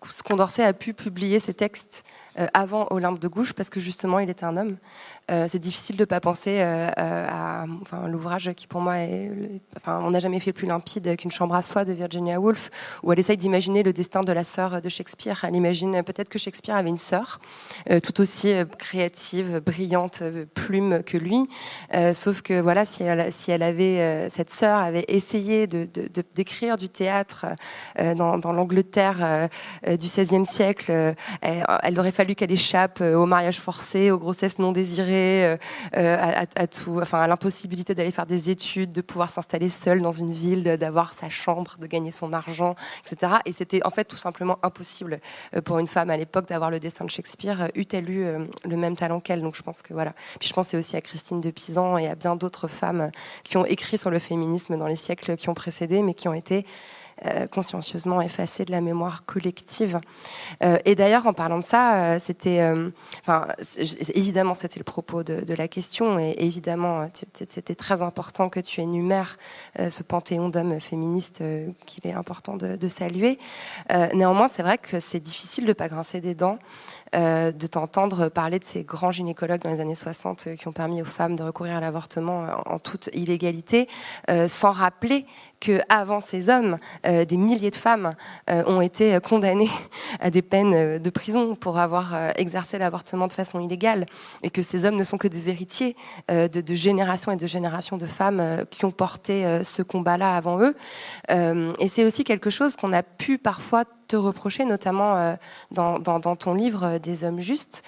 Condorcet a pu publier ses textes avant Olympe de Gouges parce que justement il était un homme. C'est difficile de ne pas penser à l'ouvrage qui pour moi est... on n'a jamais fait plus limpide qu'une chambre à soi de Virginia Woolf, où elle essaye d'imaginer le destin de la sœur de Shakespeare. Elle imagine peut-être que Shakespeare avait une sœur tout aussi créative, brillante, plume que lui, sauf que voilà, si elle avait, cette sœur avait essayé d'écrire du théâtre dans l'Angleterre du XVIe siècle, elle aurait fallu qu'elle échappe au mariage forcé, aux grossesses non désirées, à tout, à l'impossibilité d'aller faire des études, de pouvoir s'installer seule dans une ville, d'avoir sa chambre, de gagner son argent, etc. Et c'était en fait tout simplement impossible pour une femme à l'époque d'avoir le destin de Shakespeare, eût-elle eu le même talent qu'elle. Donc je pense que voilà. Puis je pense aussi à Christine de Pisan et à bien d'autres femmes qui ont écrit sur le féminisme dans les siècles qui ont précédé, mais qui ont été consciencieusement effacée de la mémoire collective. Et d'ailleurs, en parlant de ça, évidemment, c'était le propos de la question, et évidemment, c'était très important que tu énumères ce panthéon d'hommes féministes qu'il est important de saluer. Néanmoins, c'est vrai que c'est difficile de ne pas grincer des dents, de t'entendre parler de ces grands gynécologues dans les années 60 qui ont permis aux femmes de recourir à l'avortement en toute illégalité, sans rappeler qu'avant ces hommes, des milliers de femmes ont été condamnées à des peines de prison pour avoir exercé l'avortement de façon illégale, et que ces hommes ne sont que des héritiers de générations et de générations de femmes qui ont porté ce combat-là avant eux. Et c'est aussi quelque chose qu'on a pu parfois te reprocher, notamment dans ton livre Des hommes justes,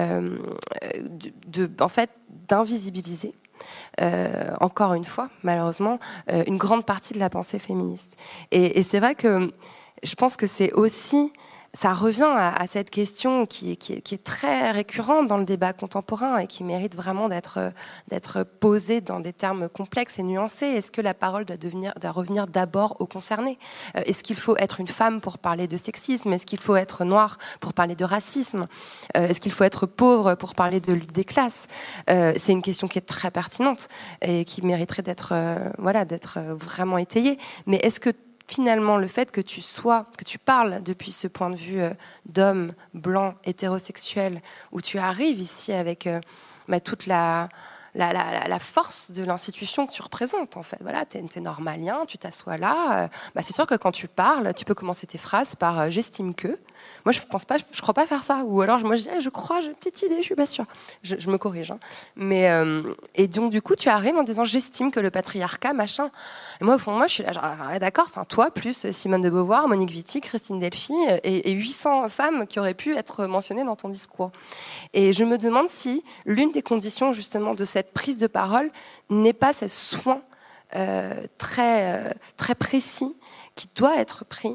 en fait, d'invisibiliser encore une fois, malheureusement, une grande partie de la pensée féministe. Et c'est vrai que je pense que c'est aussi... Ça revient à cette question qui est très récurrente dans le débat contemporain et qui mérite vraiment d'être posée dans des termes complexes et nuancés. Est-ce que la parole doit revenir d'abord aux concernés ? Est-ce qu'il faut être une femme pour parler de sexisme ? Est-ce qu'il faut être noire pour parler de racisme ? Est-ce qu'il faut être pauvre pour parler de lutte des classes ? C'est une question qui est très pertinente et qui mériterait d'être vraiment étayée. Mais est-ce que finalement, le fait que tu parles depuis ce point de vue d'homme blanc, hétérosexuel, où tu arrives ici avec toute la force de l'institution que tu représentes, en fait. Voilà, t'es normalien, tu t'assois là. C'est sûr que quand tu parles, tu peux commencer tes phrases par j'estime que. Moi, je crois pas faire ça. Ou alors, moi, je dis je crois, j'ai une petite idée, je suis pas sûre. Je me corrige. Hein. Mais et donc, du coup, tu arrives en disant j'estime que le patriarcat, machin. Et moi, au fond, je suis là, genre, d'accord. Enfin, toi, plus Simone de Beauvoir, Monique Wittig, Christine Delphi et 800 femmes qui auraient pu être mentionnées dans ton discours. Et je me demande si l'une des conditions, justement, de cette prise de parole n'est pas ce soin très précis qui doit être pris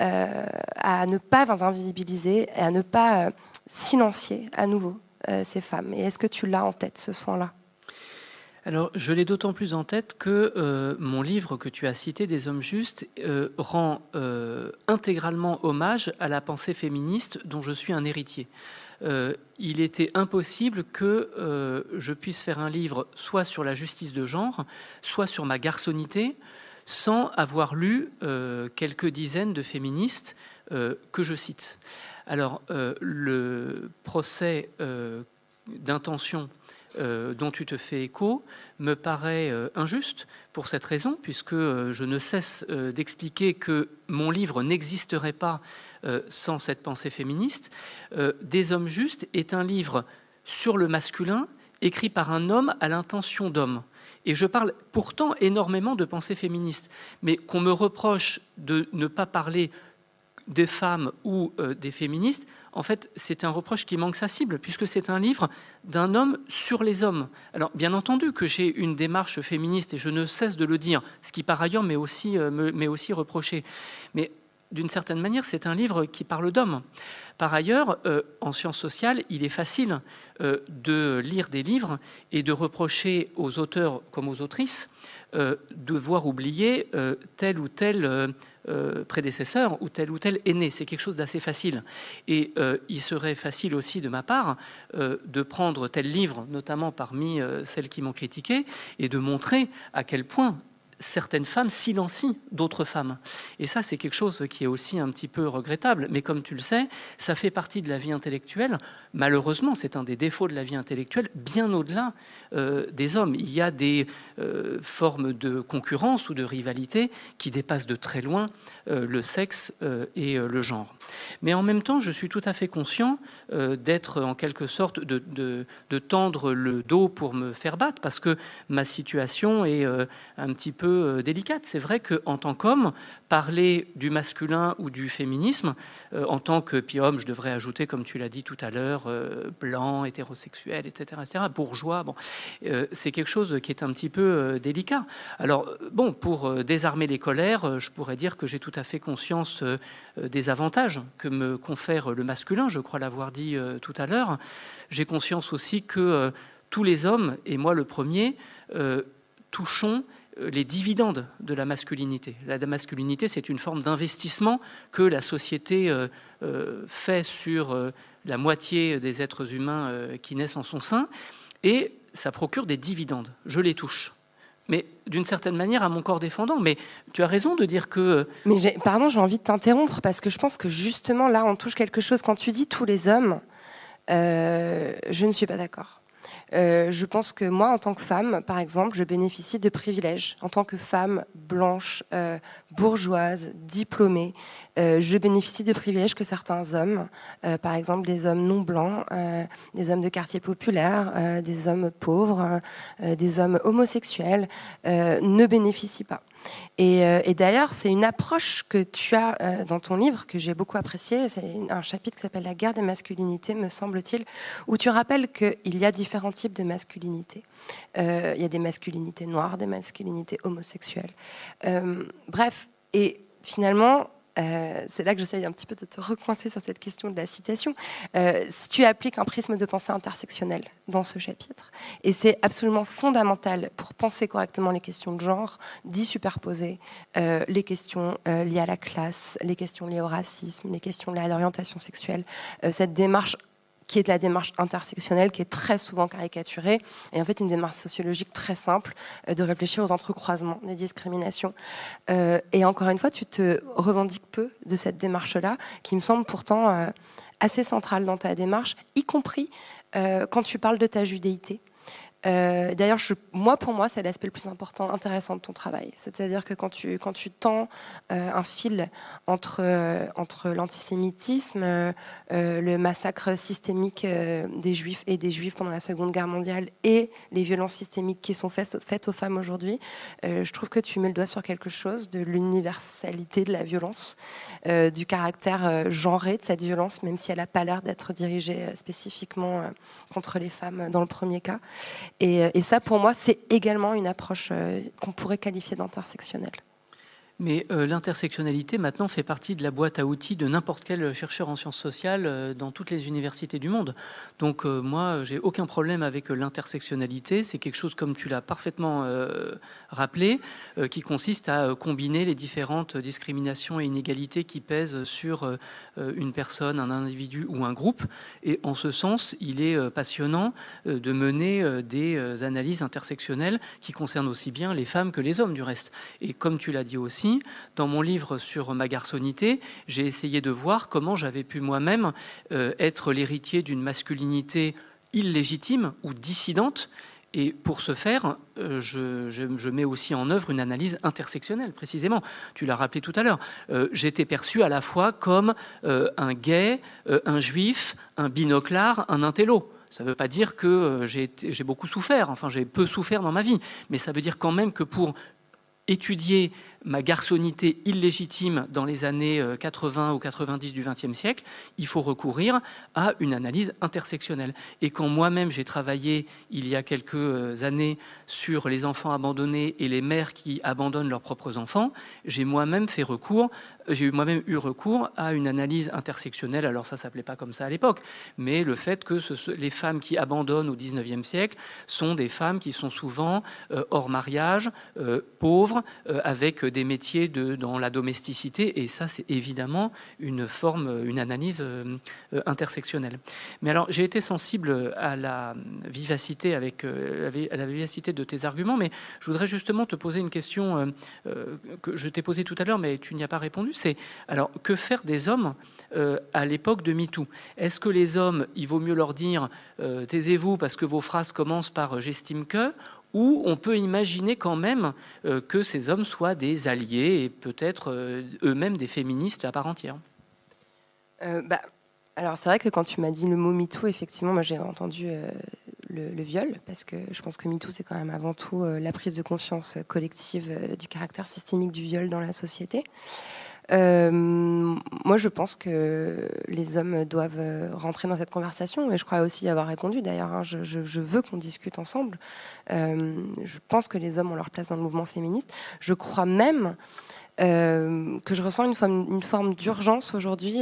à ne pas invisibiliser et à ne pas silencier à nouveau ces femmes. Et est-ce que tu l'as en tête, ce soin-là ? Alors, je l'ai d'autant plus en tête que mon livre que tu as cité, Des hommes justes, rend intégralement hommage à la pensée féministe dont je suis un héritier. Il était impossible que je puisse faire un livre soit sur la justice de genre, soit sur ma garçonnité, sans avoir lu quelques dizaines de féministes que je cite. Alors, le procès d'intention dont tu te fais écho me paraît injuste pour cette raison, puisque je ne cesse d'expliquer que mon livre n'existerait pas sans cette pensée féministe. Des hommes justes est un livre sur le masculin, écrit par un homme à l'intention d'homme. Et je parle pourtant énormément de pensée féministe. Mais qu'on me reproche de ne pas parler des femmes ou des féministes, en fait, c'est un reproche qui manque sa cible, puisque c'est un livre d'un homme sur les hommes. Alors, bien entendu que j'ai une démarche féministe, et je ne cesse de le dire, ce qui, par ailleurs, m'est aussi reproché. Mais d'une certaine manière, c'est un livre qui parle d'hommes. Par ailleurs, en sciences sociales, il est facile de lire des livres et de reprocher aux auteurs comme aux autrices de voir oublier tel ou tel prédécesseur ou tel aîné. C'est quelque chose d'assez facile. Et il serait facile aussi de ma part de prendre tel livre, notamment parmi celles qui m'ont critiqué, et de montrer à quel point certaines femmes silencient d'autres femmes. Et ça, c'est quelque chose qui est aussi un petit peu regrettable. Mais comme tu le sais, ça fait partie de la vie intellectuelle. Malheureusement, c'est un des défauts de la vie intellectuelle, bien au-delà des hommes. Il y a des formes de concurrence ou de rivalité qui dépassent de très loin le sexe et le genre. Mais en même temps, je suis tout à fait conscient d'être en quelque sorte, de tendre le dos pour me faire battre, parce que ma situation est un petit peu délicate. C'est vrai qu'en tant qu'homme, parler du masculin ou du féminisme, en tant que, puis homme, je devrais ajouter, comme tu l'as dit tout à l'heure, blanc, hétérosexuel, etc., bourgeois, bon, c'est quelque chose qui est un petit peu délicat. Alors, bon, pour désarmer les colères, je pourrais dire que j'ai tout à fait conscience des avantages que me confère le masculin, je crois l'avoir dit tout à l'heure. J'ai conscience aussi que tous les hommes, et moi le premier, touchons les dividendes de la masculinité. La masculinité, c'est une forme d'investissement que la société fait sur la moitié des êtres humains qui naissent en son sein, et ça procure des dividendes. Je les touche. Mais d'une certaine manière, à mon corps défendant. Mais tu as raison de dire que... Mais j'ai envie de t'interrompre, parce que je pense que justement, là, on touche quelque chose. Quand tu dis tous les hommes, je ne suis pas d'accord. Je pense que moi, en tant que femme, par exemple, je bénéficie de privilèges. En tant que femme blanche, bourgeoise, diplômée, je bénéficie de privilèges que certains hommes, par exemple des hommes non blancs, des hommes de quartier populaire, des hommes pauvres, des hommes homosexuels, ne bénéficient pas. Et d'ailleurs, c'est une approche que tu as dans ton livre, que j'ai beaucoup appréciée. C'est un chapitre qui s'appelle « La guerre des masculinités », me semble-t-il, où tu rappelles qu'il y a différents types de masculinité. Il y a des masculinités noires, des masculinités homosexuelles. Bref, et finalement... c'est là que j'essaye un petit peu de te recoincer sur cette question de la citation. Si tu appliques un prisme de pensée intersectionnel dans ce chapitre, et c'est absolument fondamental pour penser correctement les questions de genre, d'y superposer les questions liées à la classe, les questions liées au racisme, les questions liées à l'orientation sexuelle, cette démarche qui est de la démarche intersectionnelle, qui est très souvent caricaturée, et en fait une démarche sociologique très simple de réfléchir aux entrecroisements des discriminations. Et encore une fois, tu te revendiques peu de cette démarche-là, qui me semble pourtant assez centrale dans ta démarche, y compris quand tu parles de ta judéité. D'ailleurs, pour moi, c'est l'aspect le plus important, intéressant de ton travail. C'est-à-dire que quand tu tends un fil entre l'antisémitisme, le massacre systémique des Juifs et des Juifs pendant la Seconde Guerre mondiale et les violences systémiques qui sont faites aux femmes aujourd'hui, je trouve que tu mets le doigt sur quelque chose de l'universalité de la violence, du caractère genré de cette violence, même si elle n'a pas l'air d'être dirigée spécifiquement contre les femmes dans le premier cas. Et ça, pour moi, c'est également une approche qu'on pourrait qualifier d'intersectionnelle. Mais l'intersectionnalité, maintenant, fait partie de la boîte à outils de n'importe quel chercheur en sciences sociales dans toutes les universités du monde. Donc moi, j'ai aucun problème avec l'intersectionnalité. C'est quelque chose, comme tu l'as parfaitement rappelé, qui consiste à combiner les différentes discriminations et inégalités qui pèsent sur une personne, un individu ou un groupe. Et en ce sens, il est passionnant de mener des analyses intersectionnelles qui concernent aussi bien les femmes que les hommes, du reste. Et comme tu l'as dit aussi, dans mon livre sur ma garçonnité, j'ai essayé de voir comment j'avais pu moi-même être l'héritier d'une masculinité illégitime ou dissidente. Et pour ce faire, je mets aussi en œuvre une analyse intersectionnelle, précisément. Tu l'as rappelé tout à l'heure. J'étais perçu à la fois comme un gay, un juif, un binoclard, un intello. Ça ne veut pas dire que j'ai beaucoup souffert, enfin j'ai peu souffert dans ma vie, mais ça veut dire quand même que pour étudier ma garçonnité illégitime dans les années 80 ou 90 du XXe siècle, il faut recourir à une analyse intersectionnelle. Et quand moi-même j'ai travaillé il y a quelques années sur les enfants abandonnés et les mères qui abandonnent leurs propres enfants, j'ai moi-même eu recours à une analyse intersectionnelle. Alors ça ne s'appelait pas comme ça à l'époque, mais le fait que les femmes qui abandonnent au XIXe siècle sont des femmes qui sont souvent hors mariage, pauvres, avec des métiers dans la domesticité, et ça c'est évidemment une analyse intersectionnelle. Mais alors j'ai été sensible à la vivacité de tes arguments, mais je voudrais justement te poser une question que je t'ai posée tout à l'heure, mais tu n'y as pas répondu. C'est alors que faire des hommes à l'époque de MeToo? Est-ce que les hommes, il vaut mieux leur dire taisez-vous parce que vos phrases commencent par j'estime que, ou on peut imaginer quand même que ces hommes soient des alliés et peut-être eux-mêmes des féministes à part entière? Alors c'est vrai que quand tu m'as dit le mot MeToo, effectivement, moi j'ai entendu le viol, parce que je pense que MeToo c'est quand même avant tout la prise de conscience collective du caractère systémique du viol dans la société. Moi, je pense que les hommes doivent rentrer dans cette conversation, et je crois aussi y avoir répondu d'ailleurs. Hein, je veux qu'on discute ensemble. Je pense que les hommes ont leur place dans le mouvement féministe. Je crois même que je ressens une forme d'urgence aujourd'hui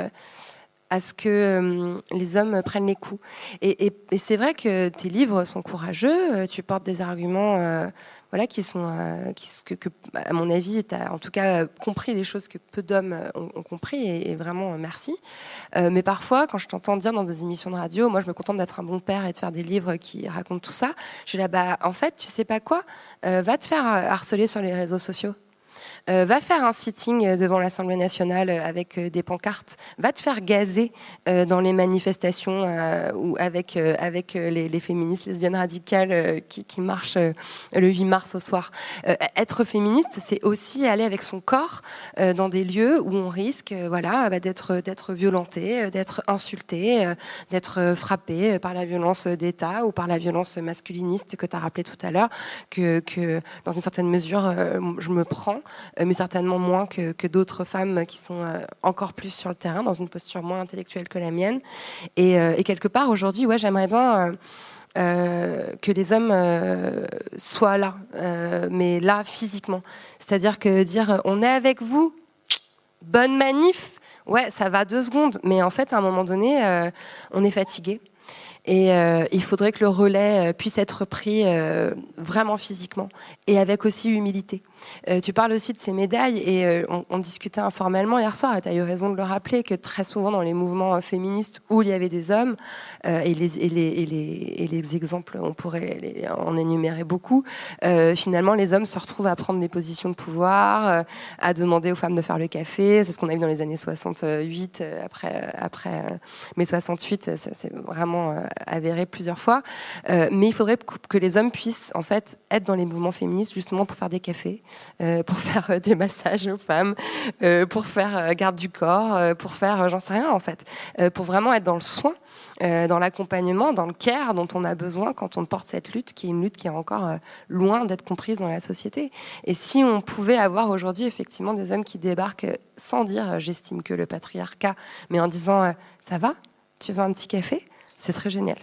à ce que les hommes prennent les coups. Et c'est vrai que tes livres sont courageux, tu portes des arguments qui sont, que, à mon avis, tu as en tout cas compris des choses que peu d'hommes ont compris, et vraiment merci. Mais parfois, quand je t'entends dire dans des émissions de radio, moi je me contente d'être un bon père et de faire des livres qui racontent tout ça, je suis là, en fait, tu sais pas quoi, va te faire harceler sur les réseaux sociaux. Va faire un sitting devant l'Assemblée nationale avec des pancartes, va te faire gazer dans les manifestations ou avec les féministes lesbiennes radicales qui marchent le 8 mars au soir. Être féministe, c'est aussi aller avec son corps dans des lieux où on risque d'être violenté, d'être insulté, d'être frappé par la violence d'État ou par la violence masculiniste que tu as rappelé tout à l'heure, que dans une certaine mesure, je me prends, mais certainement moins que d'autres femmes qui sont encore plus sur le terrain, dans une posture moins intellectuelle que la mienne. Et quelque part, aujourd'hui, j'aimerais bien que les hommes soient là, mais là, physiquement. C'est-à-dire que dire « on est avec vous, bonne manif », ça va 2 secondes, mais en fait, à un moment donné, on est fatigué. Et il faudrait que le relais puisse être pris vraiment physiquement, et avec aussi humilité. Tu parles aussi de ces médailles, et on discutait informellement hier soir, et tu as eu raison de le rappeler, que très souvent dans les mouvements féministes où il y avait des hommes, et les exemples, on pourrait en énumérer beaucoup, finalement les hommes se retrouvent à prendre des positions de pouvoir, à demander aux femmes de faire le café. C'est ce qu'on a vu dans les années 68, après mai 68, ça s'est vraiment avéré plusieurs fois. Mais il faudrait que les hommes puissent en fait être dans les mouvements féministes justement pour faire des cafés, pour faire des massages aux femmes, pour faire garde du corps, pour faire j'en sais rien en fait, pour vraiment être dans le soin, dans l'accompagnement, dans le care dont on a besoin quand on porte cette lutte, qui est une lutte qui est encore loin d'être comprise dans la société. Et si on pouvait avoir aujourd'hui effectivement des hommes qui débarquent sans dire j'estime que le patriarcat, mais en disant ça va, tu veux un petit café, ce serait génial.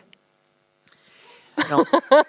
Non.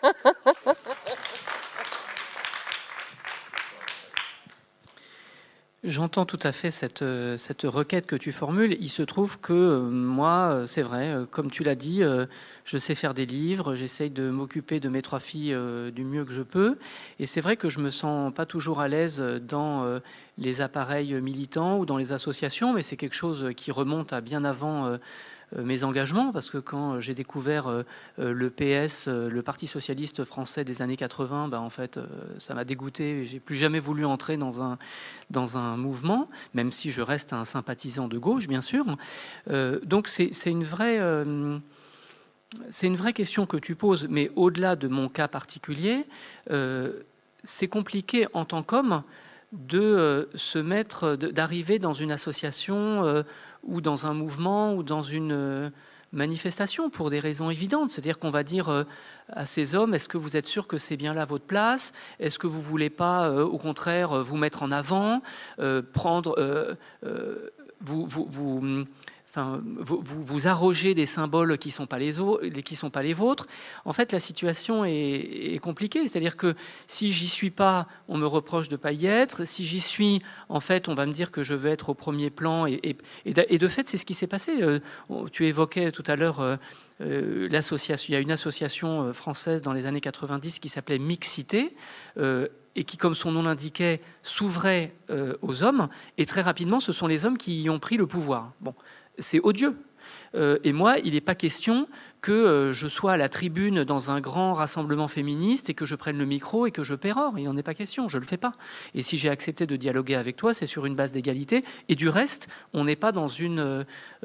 J'entends tout à fait cette requête que tu formules. Il se trouve que moi, c'est vrai, comme tu l'as dit, je sais faire des livres, j'essaye de m'occuper de mes 3 filles du mieux que je peux. Et c'est vrai que je me sens pas toujours à l'aise dans les appareils militants ou dans les associations, mais c'est quelque chose qui remonte à bien avant mes engagements, parce que quand j'ai découvert le PS, le Parti socialiste français des années 80, en fait, ça m'a dégoûté. J'ai plus jamais voulu entrer dans un mouvement, même si je reste un sympathisant de gauche, bien sûr. Donc c'est une vraie question que tu poses, mais au-delà de mon cas particulier, c'est compliqué en tant qu'homme de d'arriver dans une association ou dans un mouvement ou dans une manifestation pour des raisons évidentes. C'est-à-dire qu'on va dire à ces hommes, est-ce que vous êtes sûr que c'est bien là votre place? Est-ce que vous ne voulez pas, au contraire, vous mettre en avant, vous arrogez des symboles qui ne sont pas les vôtres. En fait, la situation est compliquée. C'est-à-dire que si j'y suis pas, on me reproche de ne pas y être. Si j'y suis, en fait, on va me dire que je veux être au premier plan. Et de fait, c'est ce qui s'est passé. Tu évoquais tout à l'heure l'association. Il y a une association française dans les années 90 qui s'appelait Mixité. Et qui, comme son nom l'indiquait, s'ouvrait aux hommes. Et très rapidement, ce sont les hommes qui y ont pris le pouvoir. Bon, c'est odieux. Et moi, il n'est pas question que je sois à la tribune dans un grand rassemblement féministe et que je prenne le micro et que je pérore. Il n'en est pas question, je ne le fais pas. Et si j'ai accepté de dialoguer avec toi, c'est sur une base d'égalité. Et du reste, on n'est pas dans une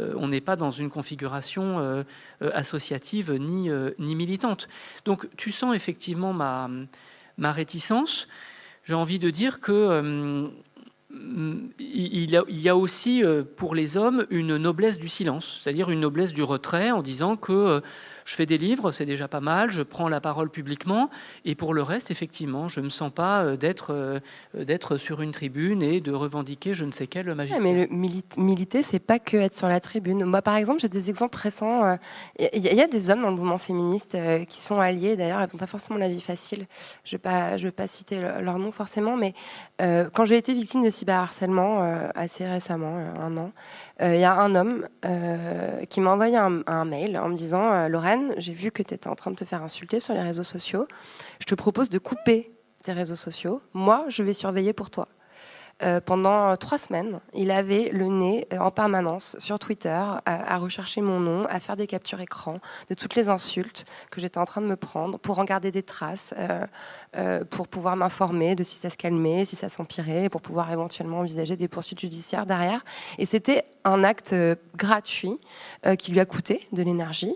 configuration associative ni militante. Donc, tu sens effectivement ma réticence. J'ai envie de dire que il y a aussi pour les hommes une noblesse du silence, c'est-à-dire une noblesse du retrait en disant que je fais des livres, c'est déjà pas mal, je prends la parole publiquement et pour le reste, effectivement, je ne me sens pas d'être sur une tribune et de revendiquer je ne sais quel magistère. Mais militer, c'est pas que être sur la tribune. Moi, par exemple, j'ai des exemples récents. Il y a des hommes dans le mouvement féministe qui sont alliés. D'ailleurs, ils n'ont pas forcément la vie facile. Je vais pas citer leur nom forcément, mais quand j'ai été victime de cyberharcèlement assez récemment, 1 an, il y a un homme qui m'a envoyé un mail en me disant Lorraine, j'ai vu que tu étais en train de te faire insulter sur les réseaux sociaux. Je te propose de couper tes réseaux sociaux. Moi, je vais surveiller pour toi. Pendant 3 semaines, il avait le nez en permanence sur Twitter à rechercher mon nom, à faire des captures écran de toutes les insultes que j'étais en train de me prendre pour en garder des traces, pour pouvoir m'informer de si ça se calmait, si ça s'empirait, pour pouvoir éventuellement envisager des poursuites judiciaires derrière. Et c'était un acte gratuit qui lui a coûté de l'énergie.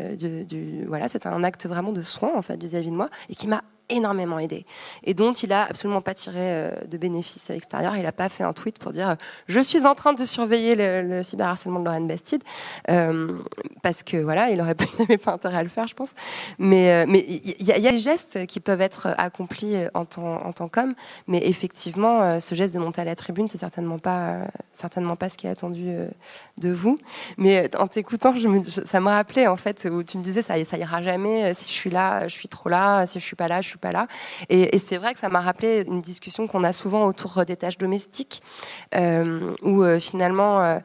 Voilà, c'était un acte vraiment de soin en fait vis-à-vis de moi et qui m'a énormément aidé et dont il a absolument pas tiré de bénéfices extérieurs. Il n'a pas fait un tweet pour dire je suis en train de surveiller le cyberharcèlement de Lorraine Bastide parce que voilà, il n'avait pas intérêt à le faire, je pense. Mais il y a des gestes qui peuvent être accomplis en tant qu'homme, mais effectivement, ce geste de monter à la tribune, c'est certainement pas ce qui est attendu de vous. Mais en t'écoutant, ça me rappelait en fait où tu me disais ça ira jamais. Si je suis là, je suis trop là. Si je suis pas là, je suis pas là. Et c'est vrai que ça m'a rappelé une discussion qu'on a souvent autour des tâches domestiques, où finalement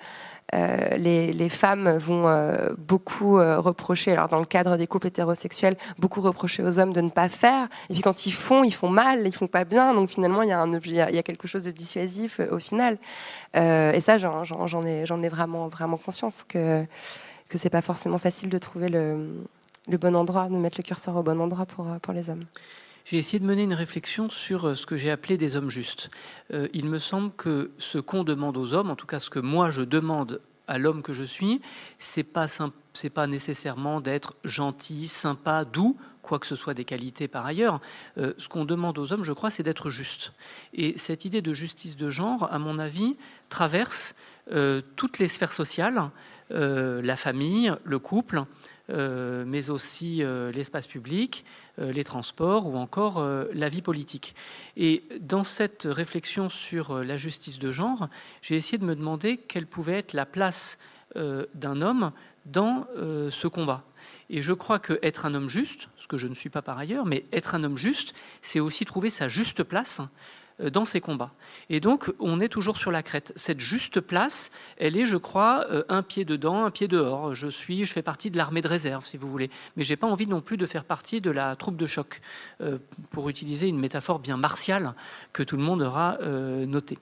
les femmes vont beaucoup reprocher, alors dans le cadre des couples hétérosexuels, beaucoup reprocher aux hommes de ne pas faire. Et puis quand ils font mal, ils font pas bien. Donc finalement, il y a quelque chose de dissuasif au final. Et ça, j'en ai vraiment, vraiment conscience que c'est pas forcément facile de trouver le bon endroit, de mettre le curseur au bon endroit pour les hommes. J'ai essayé de mener une réflexion sur ce que j'ai appelé des hommes justes. Il me semble que ce qu'on demande aux hommes, en tout cas ce que moi je demande à l'homme que je suis, c'est pas nécessairement d'être gentil, sympa, doux, quoi que ce soit des qualités par ailleurs. Ce qu'on demande aux hommes, je crois, c'est d'être juste. Et cette idée de justice de genre, à mon avis, traverse toutes les sphères sociales, la famille, le couple, mais aussi l'espace public, les transports ou encore la vie politique. Et dans cette réflexion sur la justice de genre, j'ai essayé de me demander quelle pouvait être la place d'un homme dans ce combat. Et je crois qu'être un homme juste, ce que je ne suis pas par ailleurs, mais être un homme juste, c'est aussi trouver sa juste place dans ces combats. Et donc, on est toujours sur la crête. Cette juste place, elle est, je crois, un pied dedans, un pied dehors. Je fais partie de l'armée de réserve, si vous voulez. Mais je n'ai pas envie non plus de faire partie de la troupe de choc, pour utiliser une métaphore bien martiale que tout le monde aura notée.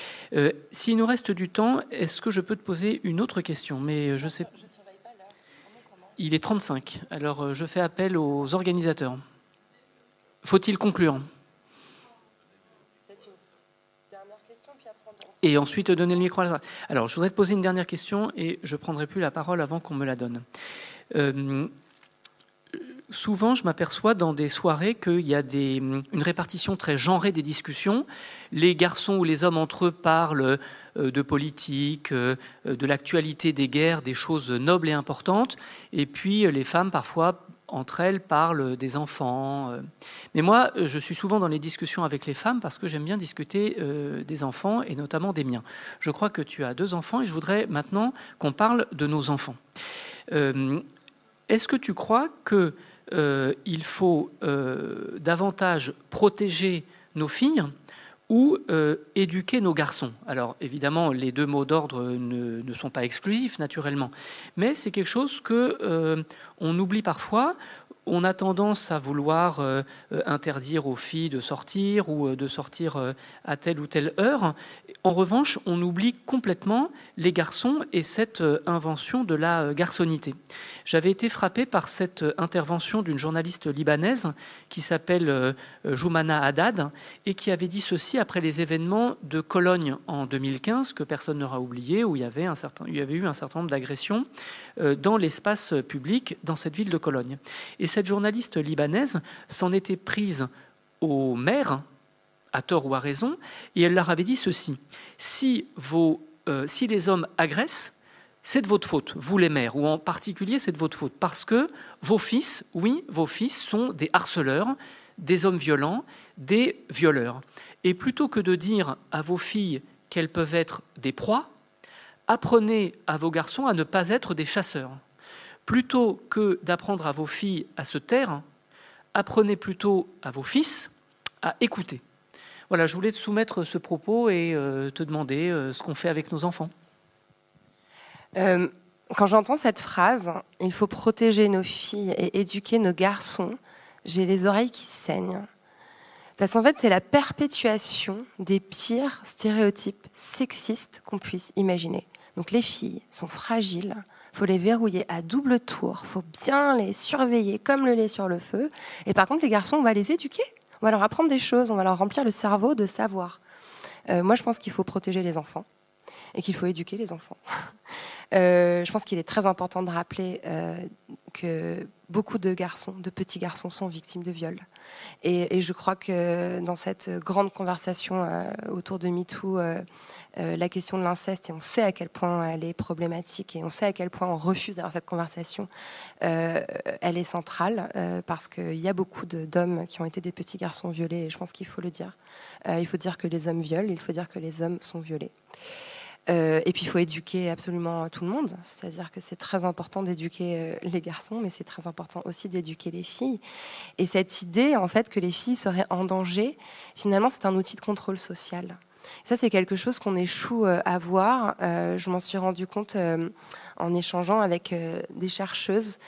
S'il nous reste du temps, est-ce que je peux te poser une autre question? Mais je sais. Je surveille pas l'heure. Il est 35. Alors, je fais appel aux organisateurs. Faut-il conclure? Et ensuite donner le micro à la... Alors, je voudrais te poser une dernière question et je ne prendrai plus la parole avant qu'on me la donne. Souvent, je m'aperçois dans des soirées qu'il y a une répartition très genrée des discussions. Les garçons ou les hommes entre eux parlent de politique, de l'actualité des guerres, des choses nobles et importantes. Et puis, les femmes, parfois, entre elles parlent des enfants. Mais moi, je suis souvent dans les discussions avec les femmes parce que j'aime bien discuter des enfants et notamment des miens. Je crois que tu as 2 enfants et je voudrais maintenant qu'on parle de nos enfants. Est-ce que tu crois qu'il faut davantage protéger nos filles ou éduquer nos garçons? Alors évidemment, les 2 mots d'ordre ne sont pas exclusifs naturellement, mais c'est quelque chose que on oublie parfois. On a tendance à vouloir interdire aux filles de sortir ou de sortir à telle ou telle heure. En revanche, on oublie complètement les garçons et cette invention de la garçonnité. J'avais été frappé par cette intervention d'une journaliste libanaise qui s'appelle Joumana Haddad et qui avait dit ceci après les événements de Cologne en 2015, que personne n'aura oublié, où il y avait eu un certain nombre d'agressions dans l'espace public dans cette ville de Cologne. Et cette journaliste libanaise s'en était prise aux mères, à tort ou à raison, et elle leur avait dit ceci: si les hommes agressent, c'est de votre faute, vous les mères, ou en particulier c'est de votre faute, parce que vos fils, oui, vos fils sont des harceleurs, des hommes violents, des violeurs. Et plutôt que de dire à vos filles qu'elles peuvent être des proies, apprenez à vos garçons à ne pas être des chasseurs. Plutôt que d'apprendre à vos filles à se taire, apprenez plutôt à vos fils à écouter. Voilà, je voulais te soumettre ce propos et te demander ce qu'on fait avec nos enfants. Quand j'entends cette phrase, il faut protéger nos filles et éduquer nos garçons, j'ai les oreilles qui saignent. Parce qu'en fait, c'est la perpétuation des pires stéréotypes sexistes qu'on puisse imaginer. Donc les filles sont fragiles, il faut les verrouiller à double tour, il faut bien les surveiller comme le lait sur le feu. Et par contre, les garçons, on va les éduquer, on va leur apprendre des choses, on va leur remplir le cerveau de savoir. Moi, je pense qu'il faut protéger les enfants et qu'il faut éduquer les enfants. Je pense qu'il est très important de rappeler que beaucoup de garçons, de petits garçons, sont victimes de viol. Et je crois que dans cette grande conversation autour de MeToo, la question de l'inceste, et on sait à quel point elle est problématique, et on sait à quel point on refuse d'avoir cette conversation, elle est centrale, parce qu'il y a beaucoup d'hommes qui ont été des petits garçons violés, et je pense qu'il faut le dire. Il faut dire que les hommes violent, il faut dire que les hommes sont violés. Et puis il faut éduquer absolument tout le monde, c'est-à-dire que c'est très important d'éduquer les garçons, mais c'est très important aussi d'éduquer les filles. Et cette idée, en fait, que les filles seraient en danger, finalement, c'est un outil de contrôle social. Ça, c'est quelque chose qu'on échoue à voir. Je m'en suis rendu compte en échangeant avec des chercheuses,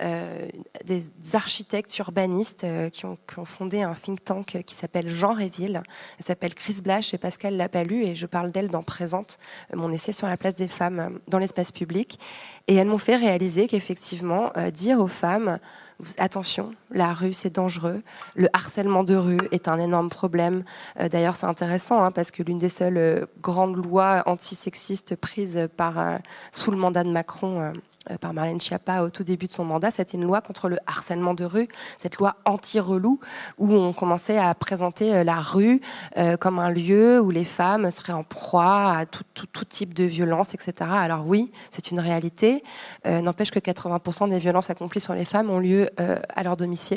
des architectes urbanistes qui ont fondé un think tank qui s'appelle Genre et Ville. Elle s'appelle Chris Blash et Pascal Lapalu, et je parle d'elle dans Présente, mon essai sur la place des femmes dans l'espace public. Et elles m'ont fait réaliser qu'effectivement, dire aux femmes: attention, la rue c'est dangereux, le harcèlement de rue est un énorme problème. D'ailleurs c'est intéressant parce que l'une des seules grandes lois antisexistes prises sous le mandat de Macron, par Marlène Schiappa au tout début de son mandat, c'était une loi contre le harcèlement de rue, cette loi anti-relou où on commençait à présenter la rue comme un lieu où les femmes seraient en proie à tout type de violence, etc. Alors oui, c'est une réalité. N'empêche que 80% des violences accomplies sur les femmes ont lieu à leur domicile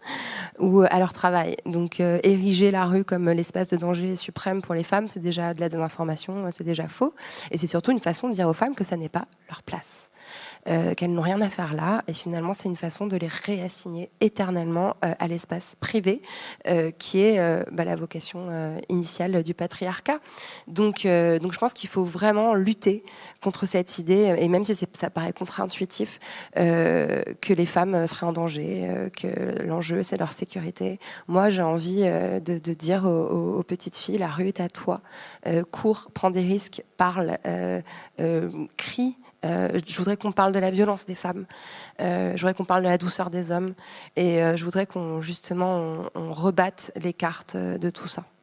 ou à leur travail. Donc ériger la rue comme l'espace de danger suprême pour les femmes, c'est déjà de la désinformation, c'est déjà faux. Et c'est surtout une façon de dire aux femmes que ça n'est pas leur place. Qu'elles n'ont rien à faire là, et finalement c'est une façon de les réassigner éternellement à l'espace privé qui est la vocation initiale du patriarcat. Donc je pense qu'il faut vraiment lutter contre cette idée, et même si ça paraît contre-intuitif, que les femmes seraient en danger, que l'enjeu c'est leur sécurité. Moi j'ai envie de dire aux petites filles: la rue est à toi, cours, prends des risques, parle, crie. Je voudrais qu'on parle de la violence des femmes, je voudrais qu'on parle de la douceur des hommes, et je voudrais qu'on rebatte les cartes de tout ça.